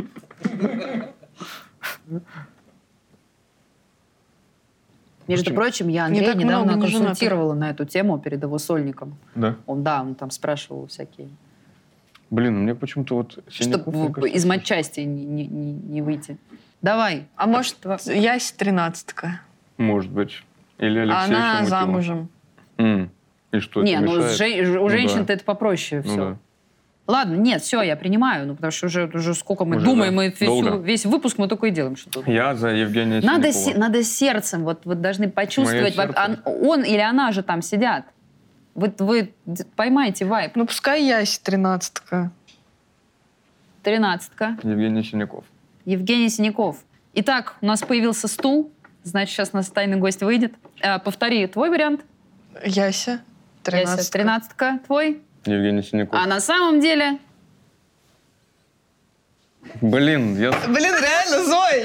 Между Почему? прочим, я Не Андрея так недавно много неженатых. консультировала на эту тему перед его сольником. Да. Он, да, он там спрашивал всякие, Блин, мне почему-то вот Синяков... мне чтобы кажется, из матчасти не, не- не- не выйти. Давай. А может, Тва- Ясь тринадцатка. Может быть. Или Алексей Она Шумакилов. замужем. М. И что, Не, это ну с мешает? жен- у Ну женщин-то да. это попроще Ну все. да. Ладно, нет, все, я принимаю, ну, потому что уже, уже сколько мы Уже, думаем, да. мы всю- весь выпуск мы только и делаем что-то. Я за Евгения Надо, Синякова. се- надо сердцем, вот, вот должны почувствовать, Моё вот сердце. он, он или она же там сидят. Вы, вы д- поймаете вайб. Ну, пускай Яси тринадцатка. Тринадцатка. Евгений Синяков. Евгений Синяков. Итак, у нас появился стул. Значит, сейчас у нас тайный гость выйдет. А, повтори твой вариант. Яся тринадцатка. Яся, тринадцатка. Твой. Евгений Синяков. А на самом деле... Блин, я, Блин, реально, Зой,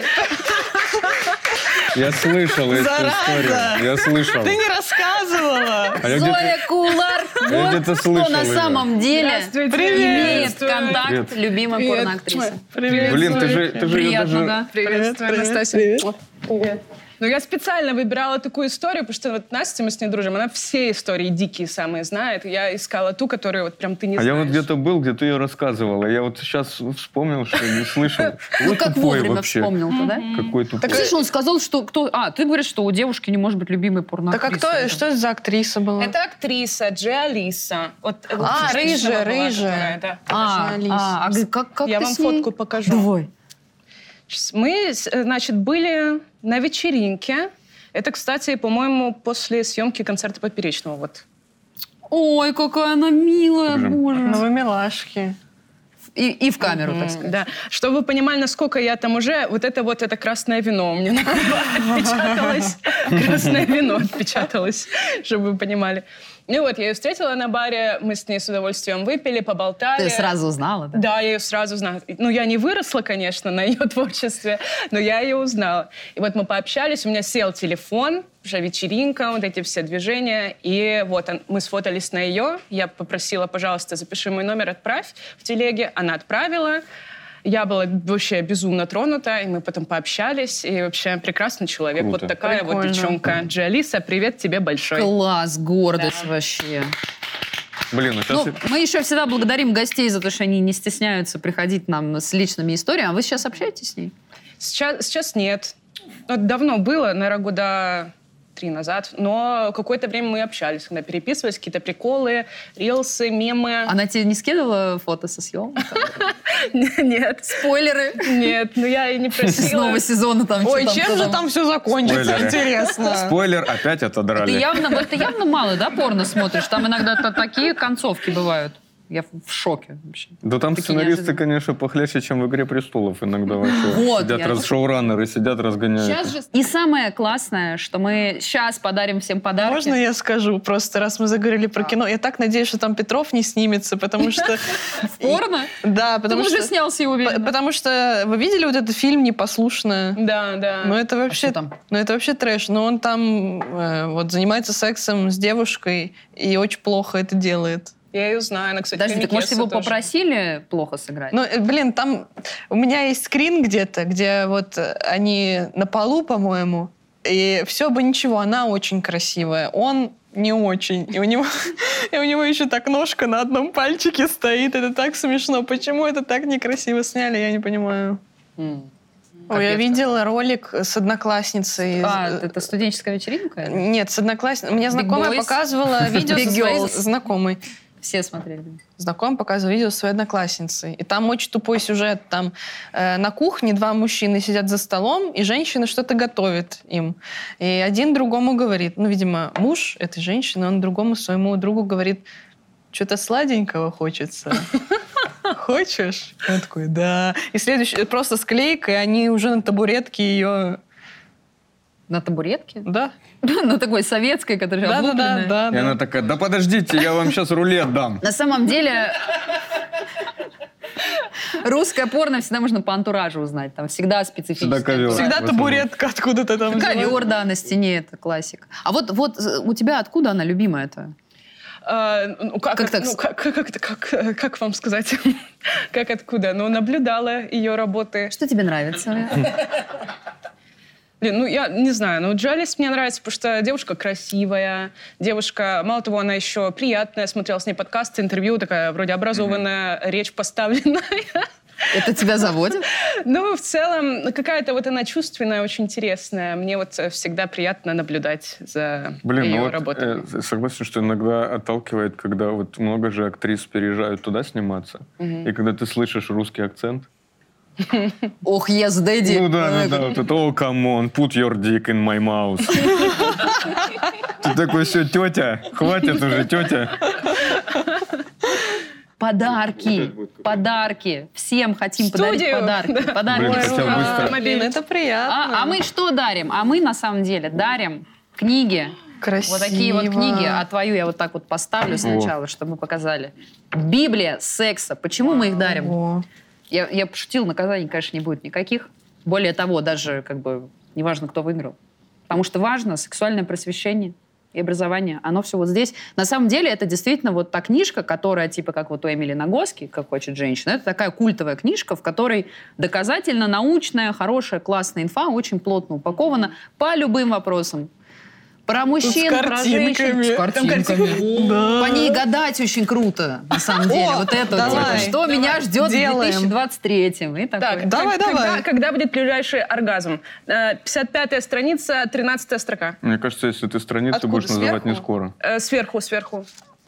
я слышал эту Зараза! историю. Я слышал. ты не рассказывала. А я Зоя где-то- Кулар. я Вот где-то кто слышал на её. самом деле Здравствуйте. имеет Привет. контакт Привет. любимой Привет. порноактрисы. Привет. Блин, ты же, ты же её даже... Приятного. Приветствую, Привет, Настасья. привет. Привет. Ну, я специально выбирала такую историю, потому что вот Настя, мы с ней дружим, она все истории дикие самые знает. Я искала ту, которую вот прям ты не А знаешь. я вот где-то был, где ты ее рассказывала. Я вот сейчас вспомнил, что не слышал. Ну, Вы как тупой вовремя вообще. вспомнил-то, да? Какой тупой. Так, слышишь, он сказал, что кто... А, ты говоришь, что у девушки не может быть любимой Так порноактрисы. а кто, что это за актриса была? Это актриса Джи Алиса. Вот, вот А, женщина рыжая, была рыжая. такая, да. А, Алиса. а, а г- как, как Я ты вам с ней? фотку покажу. Давай. Сейчас Мы, с- значит, были на вечеринке. Это, кстати, по-моему, после съемки концерта Поперечного. Вот. Ой, какая она милая, Покажи. боже. Ну, вы милашки. И, и в камеру, так М, сказать. Да. Чтобы вы понимали, насколько я там уже... Вот это вот, это красное вино у меня на губах отпечаталось. Красное вино отпечаталось, чтобы вы понимали. Ну вот, я ее встретила на баре, мы с ней с удовольствием выпили, поболтали. Ты сразу узнала, да? Да, я ее сразу знала. Ну, я не выросла, конечно, на ее творчестве, но я ее узнала. И вот мы пообщались, у меня сел телефон, уже вечеринка, вот эти все движения. И вот он, мы сфотались на ее. Я попросила, пожалуйста, запиши мой номер, отправь в телеге. Она отправила. Я была вообще безумно тронута, и мы потом пообщались. И вообще прекрасный человек. Круто. Вот такая вот Прикольно. девчонка. Джи Алиса, привет тебе большой. Класс, гордость вообще. Блин, ну сейчас... Ну, мы еще всегда благодарим гостей за то, что они не стесняются приходить нам с личными историями. А вы сейчас общаетесь с ней? Сейчас, сейчас нет. Вот давно было, наверное, года три назад. Но какое-то время мы общались, когда переписывались, какие-то приколы, рилсы, мемы. Она тебе не скидывала фото со съемок? Нет. Спойлеры. Нет, ну я и не С просила. нового сезона там. Ой, что чем кто же там все закончится, Спойлеры. интересно. Спойлер, опять Ты отодрали. явно, вот ты явно мало, да, порно смотришь? Там иногда та- такие концовки бывают. Я в в шоке вообще. Да там Такие сценаристы, неожиданные. конечно, похлеще, чем в «Игре престолов» иногда вообще. Вот, Сидят я раз, тоже- шоураннеры, сидят, разгоняют. И самое классное, что мы сейчас подарим всем подарки. Можно я скажу, просто раз мы заговорили про кино, я так надеюсь, что там Петров не снимется, потому что... Порно? Да, Он потому уже что... снялся, я П- уверена. Потому что вы видели вот этот фильм «Непослушная»? Да, да. Ну это вообще, что там? ну это вообще трэш. Но он там э, вот занимается сексом с девушкой и очень плохо это делает. Я ее знаю, она, кстати, Подожди, так может, комикесса его тоже. попросили плохо сыграть? Ну, э, блин, там у меня есть скрин где-то, где вот э, они на полу, по-моему, и все бы ничего, она очень красивая, он не очень. И у него, и у него еще так ножка на одном пальчике стоит. Это так смешно. Почему это так некрасиво сняли, я не понимаю. М. Ой, я Капец. видела ролик с одноклассницей. А, это студенческая вечеринка? Нет, с одноклассницей. Мне знакомая Boys? показывала видео Big со своей girls. знакомой. Все смотрели. Знакомый показывал видео своей одноклассницы. И там очень тупой сюжет. Там э, на кухне два мужчины сидят за столом, и женщина что-то готовит им. И один другому говорит, ну, видимо, муж этой женщины, он другому своему другу говорит, что-то сладенького хочется. Хочешь? Он такой, да. И следующий, просто склейка, и они уже на табуретке ее... На табуретке? Да. На такой советской, которая Да, да, да, облупленная. да, И да. она такая, да подождите, я вам сейчас рулет дам. На самом деле, русское порно всегда можно по антуражу узнать. Там всегда специфический Всегда ковер. антураж. Всегда в основном. табуретка откуда-то там. Ковер, да, на стене, это классика. А вот, вот э, у тебя откуда она любимая-то? А, ну, как, Как так? ну, как, как, как, как, как вам сказать? Как откуда? Ну, наблюдала ее работы. Что тебе нравится? Блин, ну, я не знаю, но Джи Алис мне нравится, потому что девушка красивая, девушка, мало того, она еще приятная, смотрела с ней подкасты, интервью, такая вроде образованная, речь поставленная. Это тебя заводит? Ну, в целом, какая-то вот она чувственная, очень интересная. Мне вот э, всегда приятно наблюдать за Блин, ее ну вот, работами. э, согласен, что иногда отталкивает, когда вот много же актрис переезжают туда сниматься, Мгм. и когда ты слышишь русский акцент. Ох, yes, daddy. Ну да, ну да, вот это, oh, come on, put your dick in my mouth. Ты такой, все, тетя, хватит уже, тетя. Подарки, подарки. Всем хотим подарить Студию. подарки. Подарки. Блин, в хотел студию. быстро. Блин, это приятно. А, а мы что дарим? А мы на самом деле дарим книги. Красиво. Вот такие вот книги. А твою я вот так вот поставлю сначала, чтобы мы показали. Библия секса. Почему мы их дарим? О. Я, я пошутила, наказаний, конечно, не будет никаких. Более того, даже как бы неважно, кто выиграл. Потому что важно сексуальное просвещение и образование. Оно все вот здесь. На самом деле это действительно вот та книжка, которая типа как вот у Эмили Нагоски, «Как хочет женщина». Это такая культовая книжка, в которой доказательно научная, хорошая, классная инфа, очень плотно упакована по любым вопросам. Про мужчин, про женщин. С картинками. Да. По ней гадать очень круто, на самом деле. О, вот это вот, давай. типа, что меня ждет в Делаем. две тысячи двадцать третьем. И такое. Так, Давай, как- давай. Когда, когда будет ближайший оргазм? Э, пятьдесят пятая страница, тринадцатая строка. Мне кажется, если ты страницу Откуда, будешь называть не сверху? скоро. Э, сверху, сверху.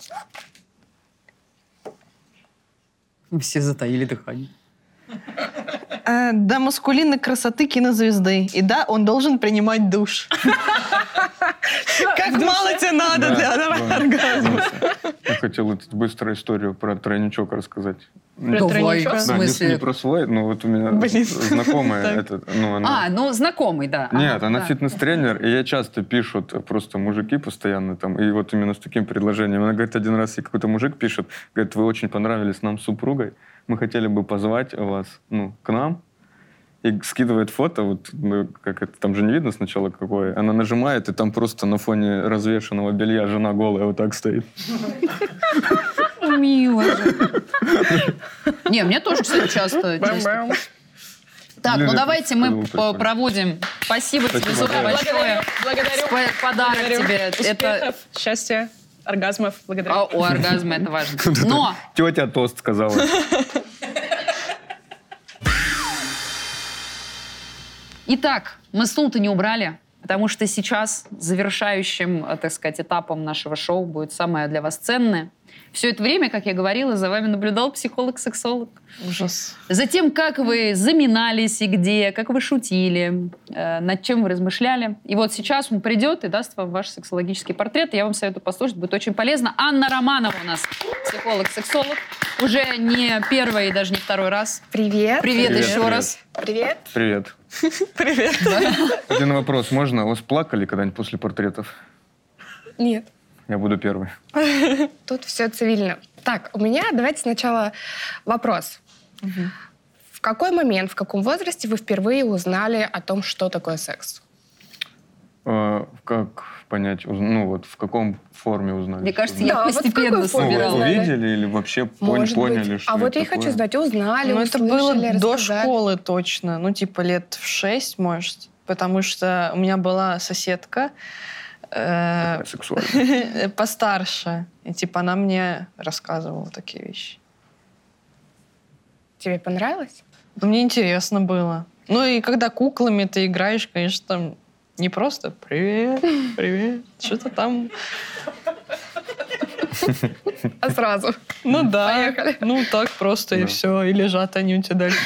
Все затаили дыхание. Э, До маскулинной красоты кинозвезды. И да, он должен принимать душ. Как мало тебе надо Да, для да. оргазма. Я хотел эту быструю историю про тройничок рассказать. Про Давай, тройничок? в Да, не, смысле? не про свой, но вот у меня Блин. знакомая, Так. этот, ну, она... А, ну знакомый, да. Нет, Ага, она да. фитнес-тренер, и ей часто пишут просто мужики постоянно там, и вот именно с таким предложением. Она говорит, один раз ей какой-то мужик пишет, говорит, вы очень понравились нам с супругой, мы хотели бы позвать вас, ну, к нам, и скидывает фото, вот, ну, как это, там же не видно сначала какое, она нажимает, и там просто на фоне развешенного белья жена голая вот так стоит. Мило же. Не, мне тоже, кстати, часто. часто. Бам-бам. Так, Блин, ну это давайте было мы прикольно. по- проводим. Спасибо, тебе, Спасибо, Зука, да. большое. Благодарю. Спа- Подарок Благодарю. тебе. Это... Успехов, счастья, оргазмов. Благодарю. А, у оргазма это важно. Но Тетя тост сказала. Итак, мы стул-то не убрали, потому что сейчас завершающим, э, так сказать, этапом нашего шоу будет самое для вас ценное. Все это время, как я говорила, за вами наблюдал психолог-сексолог. Ужас. Затем, как вы заминались и где, как вы шутили, э, над чем вы размышляли. И вот сейчас он придет и даст вам ваш сексологический портрет. Я вам советую послушать, будет очень полезно. Анна Романова у нас психолог-сексолог. Уже не первый и даже не второй раз. Привет. Привет, Привет, еще привет. раз. Привет. Привет. Привет. Один вопрос. Можно? Вас плакали когда-нибудь после портретов? Нет, Я буду первый. тут все цивильно. Так, у меня давайте сначала вопрос. В какой момент, в каком возрасте вы впервые узнали о том, что такое секс? А, как понять, уз- ну вот в каком форме узнали? Мне что кажется, узнали? я Да, вот в постепенно какой Ну, форме вы собирала. узнали? увидели или вообще пон- Может поняли, быть. что А вот это я и хочу такое? знать, узнали, Ну, это услышали, было до рассказали? школы точно. Ну, типа лет в шесть, может. Потому что у меня была соседка э, Такая сексуальная. постарше. И типа она мне рассказывала такие вещи. Тебе понравилось? Ну, мне интересно было. Ну и когда куклами ты играешь, конечно, там не просто «Привет, привет», что-то там... А сразу? Ну да, Поехали. ну так просто и Да. все. И лежат они у тебя дальше.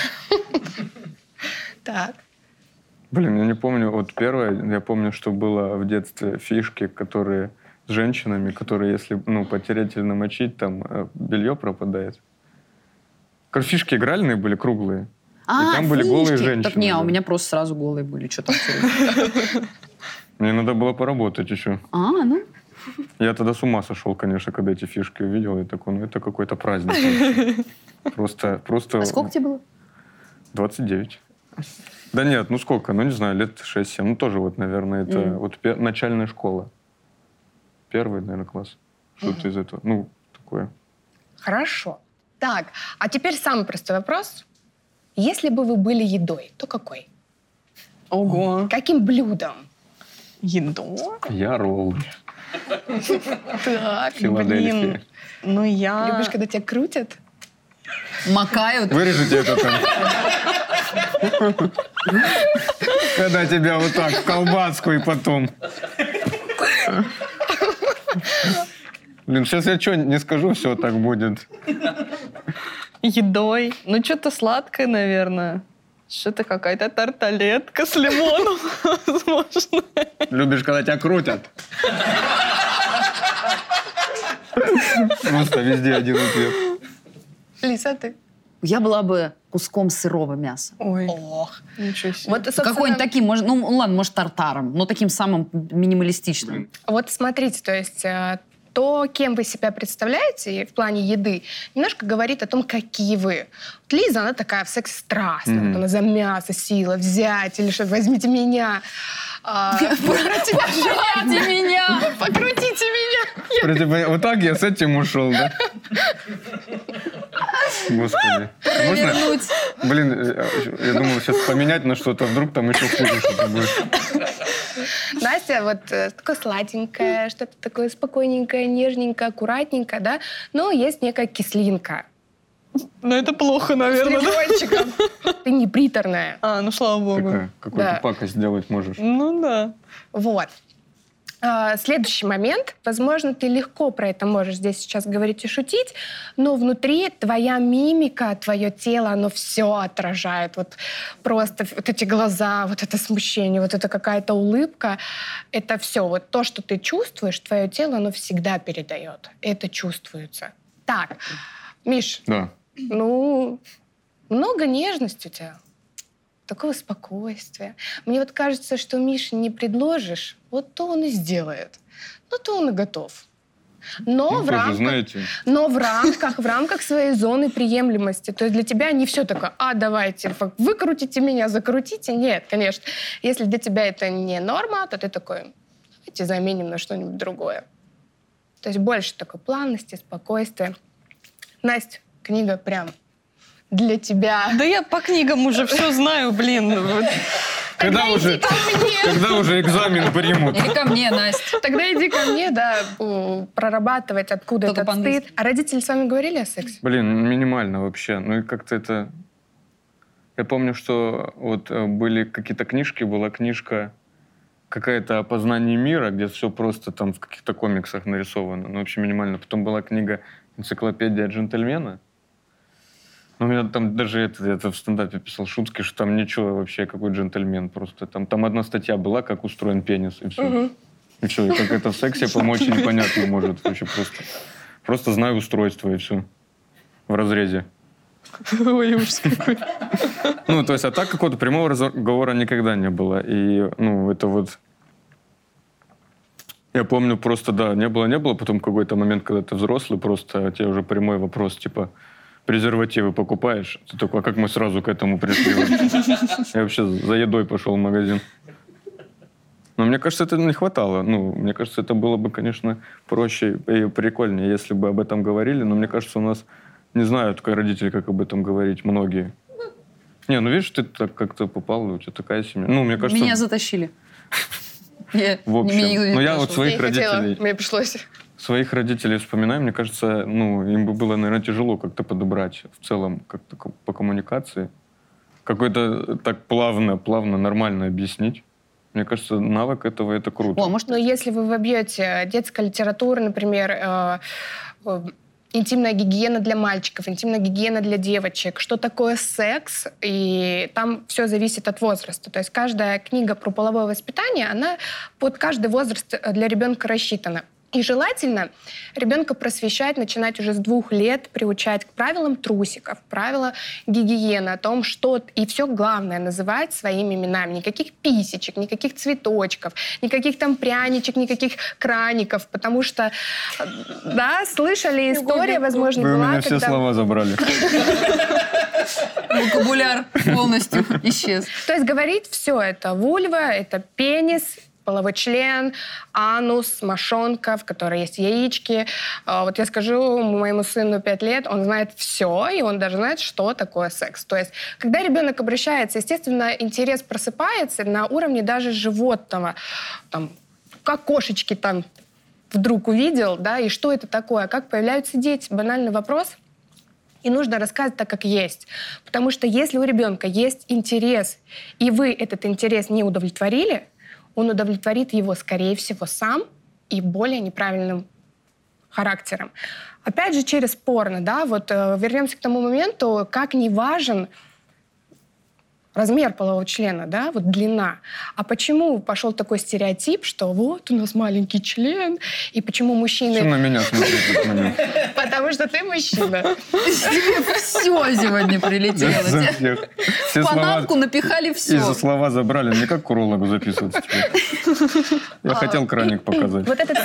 Так. Блин, я не помню, вот первое, я помню, что было в детстве фишки, которые с женщинами, которые, если, ну, потереть или намочить, там э, белье пропадает. Короче, фишки игральные были, круглые. А, И там были голые фишки. женщины, Так не, а у да. меня просто сразу голые были. Что там интересно? Мне надо было поработать еще. А, ну, Я тогда с ума сошел, конечно, когда эти фишки увидел. Я такой, ну это какой-то праздник. вообще. Просто, просто... а сколько тебе было? двадцать девять. Да нет, ну сколько? Ну не знаю, лет шесть-семь. Ну тоже вот, наверное, это Мгм. вот пе- начальная школа. Первый, наверное, класс. Что-то из этого. Ну, такое. Хорошо. Так, а теперь самый простой вопрос. Если бы вы были едой, то какой? Ого. Каким блюдом? Еду? Я ролл. Так. Филадельфия. Ну я... Любишь, когда тебя крутят? Макают. Вырежите это там. Когда тебя вот так в колбаску и потом... Блин, сейчас я что не скажу, все так будет. Едой. Ну, что-то сладкое, наверное. Что-то какая-то тарталетка с лимоном, возможно. Любишь, когда тебя крутят? Просто везде один ответ. Лиса, ты? Я была бы куском сырого мяса. Ой, Ох. ничего себе. Вот, собственно, Какой-нибудь таким, может, ну ладно, может, тартаром, но таким самым минималистичным. Вот смотрите, то есть э, то, кем вы себя представляете в плане еды, немножко говорит о том, какие вы. Вот Лиза, она такая в сексе страстная. Мгм. Вот она за мясо, сила, взять или что, возьмите меня. А, Покрутите меня! покрутите меня. Против- Вот так я с этим ушел, да? Господи. Можно? Вернуть. Блин, э, я думал сейчас поменять на что-то, вдруг там еще хуже что-то будет. Настя вот э, такое сладенькое, что-то такое спокойненькое, нежненькое, аккуратненькое, да? Но есть некая кислинка. Ну, это плохо, С наверное. да? лимончиком. Ты не приторная. А, ну, слава богу. Какая? Какую-то Да. пакость сделать можешь. Ну, да. Вот. А, Следующий момент. Возможно, ты легко про это можешь здесь сейчас говорить и шутить, но внутри твоя мимика, твое тело, оно все отражает. Вот просто вот эти глаза, вот это смущение, вот это какая-то улыбка. Это все. Вот то, что ты чувствуешь, твое тело, оно всегда передает. Это чувствуется. Так, Миш, Да. ну, много нежности у тебя. Такого спокойствия. Мне вот кажется, что Мише не предложишь, вот то он и сделает. Ну, то он и готов. Но, Ну, в, тоже, рамках, знаете, но в рамках, в рамках своей зоны приемлемости. То есть для тебя не все такое, а давайте, выкрутите меня, закрутите. Нет, конечно. Если для тебя это не норма, то ты такой, давайте заменим на что-нибудь другое. То есть больше такой плавности, спокойствия. Настя, книга прям для тебя. Да я по книгам уже все знаю, блин. Вот. когда уже, когда уже экзамен примут. Или ко мне, Настя. Тогда иди ко мне, да, у, прорабатывать, откуда Только этот по-английски. стыд. А родители с вами говорили о сексе? Блин, минимально вообще. Ну и как-то это... Я помню, что вот э, были какие-то книжки, была книжка какая-то о познании мира, где все просто там в каких-то комиксах нарисовано. Ну, вообще минимально. Потом была книга «Энциклопедия джентльмена». Ну, у меня там даже это, это в стендапе писал шутки, что там ничего вообще, какой джентльмен. Просто там, там одна статья была, как устроен пенис, и все. Мгм. И все, и как это в сексе помочь непонятно может. Вообще просто, просто знаю устройство, и все. В разрезе. Ой, ужас какой. Ну, то есть, а так какого-то прямого разговора никогда не было. И, ну, это вот... Я помню, просто, да, не было, не было. Потом какой-то момент, когда ты взрослый, просто тебе уже прямой вопрос, типа, презервативы покупаешь? Ты такой, а как мы сразу к этому пришли? Я вообще за едой пошел в магазин. Но мне кажется, это не хватало. Ну, мне кажется, это было бы, конечно, проще и прикольнее, если бы об этом говорили. Но мне кажется, у нас не знают, как родители, как об этом говорить, многие. Не, ну видишь, ты так как-то попал, у тебя такая семья. Ну, мне кажется... Меня затащили. Я- В общем, меня никто не ну, я вот спрашивал. своих Я не хотела, родителей... мне пришлось. Своих родителей вспоминаю, мне кажется, ну, им бы было, наверное, тяжело как-то подобрать в целом как-то ко- по коммуникации. Какой-то так плавно, плавно, нормально объяснить. Мне кажется, навык этого — это круто. О, а может, Но если вы вобьете детская литература, например, э, э, интимная гигиена для мальчиков, интимная гигиена для девочек, что такое секс, и там все зависит от возраста. То есть каждая книга про половое воспитание, она под каждый возраст для ребенка рассчитана. И желательно ребенка просвещать, начинать уже с двух лет, приучать к правилам трусиков, правила гигиены, о том, что... И все главное называть своими именами. Никаких писечек, никаких цветочков, никаких там пряничек, никаких краников, потому что, да, слышали, история, возможно, Вы у была, меня все когда... слова забрали. вокабуляр полностью исчез. То есть говорить все это. Вульва — это пенис, половой член, анус, мошонка, в которой есть яички. А, Вот я скажу моему сыну пять лет, он знает все, и он даже знает, что такое секс. То есть, когда ребенок обращается, естественно, интерес просыпается на уровне даже животного. Там, как кошечки там вдруг увидел, да, и что это такое, как появляются дети. Банальный вопрос. И нужно рассказывать так, как есть. Потому что если у ребенка есть интерес, и вы этот интерес не удовлетворили, он удовлетворит его, скорее всего, сам и более неправильным характером. Опять же, через порно, да, вот э, вернемся к тому моменту, как не важен размер полового члена, да, вот длина. А почему пошел такой стереотип, что вот у нас маленький член, и почему мужчины... Что на меня смотрит в этот момент? Потому что ты мужчина. Все сегодня прилетело. За Тебе всех. Все в слова панамку напихали и все. за слова забрали. Мне как к урологу записываться теперь? Я хотел краник показать. Вот этот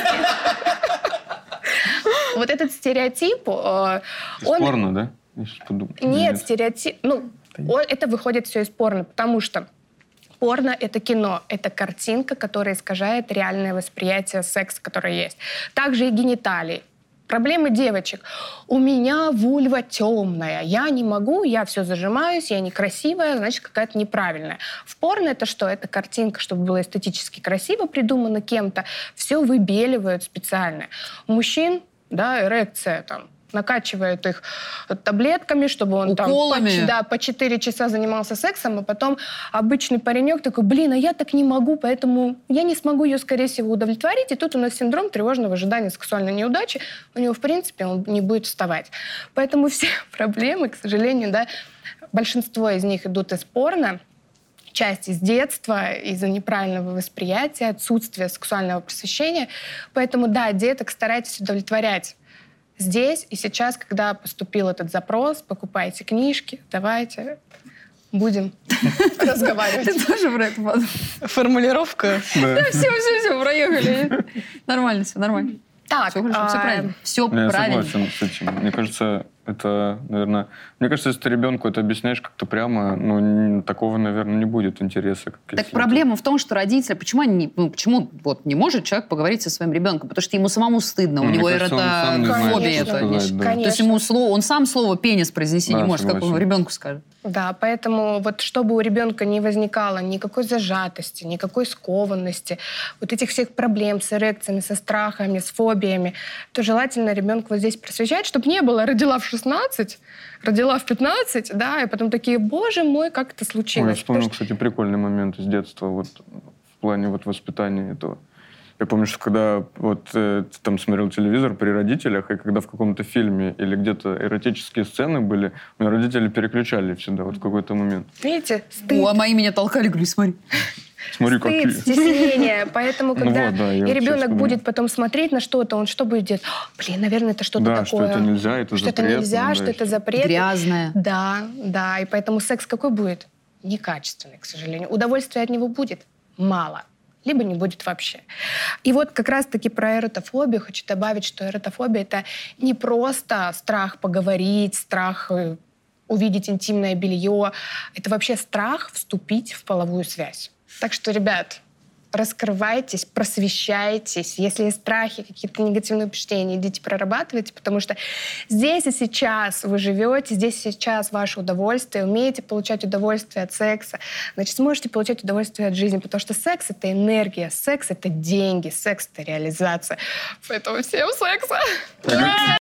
вот этот стереотип, э, он... Порно, да? Я сейчас подумаю. Нет, стереотип... Ну, он, это выходит все из порно, потому что порно — это кино, это картинка, которая искажает реальное восприятие секса, которое есть. Также и гениталии. Проблемы девочек. У меня вульва темная, я не могу, я все зажимаюсь, я некрасивая, значит, какая-то неправильная. В порно это что? Это картинка, чтобы было эстетически красиво придумано кем-то. Все выбеливают специально. У мужчин, да, эрекция там, накачивает их таблетками, чтобы он Уколами. там по, да, по четыре часа занимался сексом, а потом обычный паренек такой, блин, а я так не могу, поэтому я не смогу ее, скорее всего, удовлетворить. И тут у нас синдром тревожного ожидания сексуальной неудачи. У него, в принципе, он не будет вставать. Поэтому все проблемы, к сожалению, да, большинство из них идут из порно, часть из детства, из-за неправильного восприятия, отсутствия сексуального просвещения. Поэтому, да, деток старайтесь удовлетворять здесь и сейчас, когда поступил этот запрос, покупайте книжки, давайте, будем разговаривать. Ты тоже про это подумал? Формулировка. Да, все, все, все, проехали. Нормально, все, нормально. Так, Все хорошо, все а, правильно. Все Я правильно. согласен с этим. Мне кажется, это, наверное... Мне кажется, если ты ребенку это объясняешь как-то прямо, ну, н- такого, наверное, не будет интереса. Как Так если проблема в том, что родители, почему они, не- ну, почему вот не может человек поговорить со своим ребенком? Потому что ему самому стыдно, у Ну, мне него кажется, он сам не знает, эротофобия. что это. сказать, да. То есть ему слово, он сам слово пенис произнести Да, не может, как он согласен. ребенку скажет. Да, поэтому вот чтобы у ребенка не возникало никакой зажатости, никакой скованности, вот этих всех проблем с эрекциями, со страхами, с фобиями, то желательно ребенка вот здесь просвещать, чтобы не было родила в шестнадцать, родила в пятнадцать, да, и потом такие, боже мой, как это Ой, случилось. я вспомнил, Потому что- кстати, прикольный момент из детства вот, в плане вот, воспитания этого. Я помню, что когда вот, э, там смотрел телевизор при родителях, и когда в каком-то фильме или где-то эротические сцены были, у меня родители переключали всегда вот в какой-то момент. Видите, стыд. О, а мои меня толкали, говорю, смотри. Смотри, какие. Стыд, стеснение. Поэтому, Ну когда вот, да, я и вот сейчас ребенок вспомнил. будет потом смотреть на что-то, он что будет делать? Блин, наверное, это что-то Да, такое. что это нельзя, это Что это запретно, нельзя, да, что и это всё. запрет. Грязная. Да, да. И поэтому секс какой будет? Некачественный, к сожалению. Удовольствия от него будет мало. Либо не будет вообще. И вот как раз-таки про эротофобию хочу добавить, что эротофобия — это не просто страх поговорить, страх э, увидеть интимное белье. Это вообще страх вступить в половую связь. Так что, ребят, раскрывайтесь, просвещайтесь. Если есть страхи, какие-то негативные убеждения, идите прорабатывайте, потому что здесь и сейчас вы живете, здесь и сейчас ваше удовольствие, умеете получать удовольствие от секса, значит, сможете получать удовольствие от жизни, потому что секс — это энергия, секс — это деньги, секс — это реализация. Поэтому всем секса!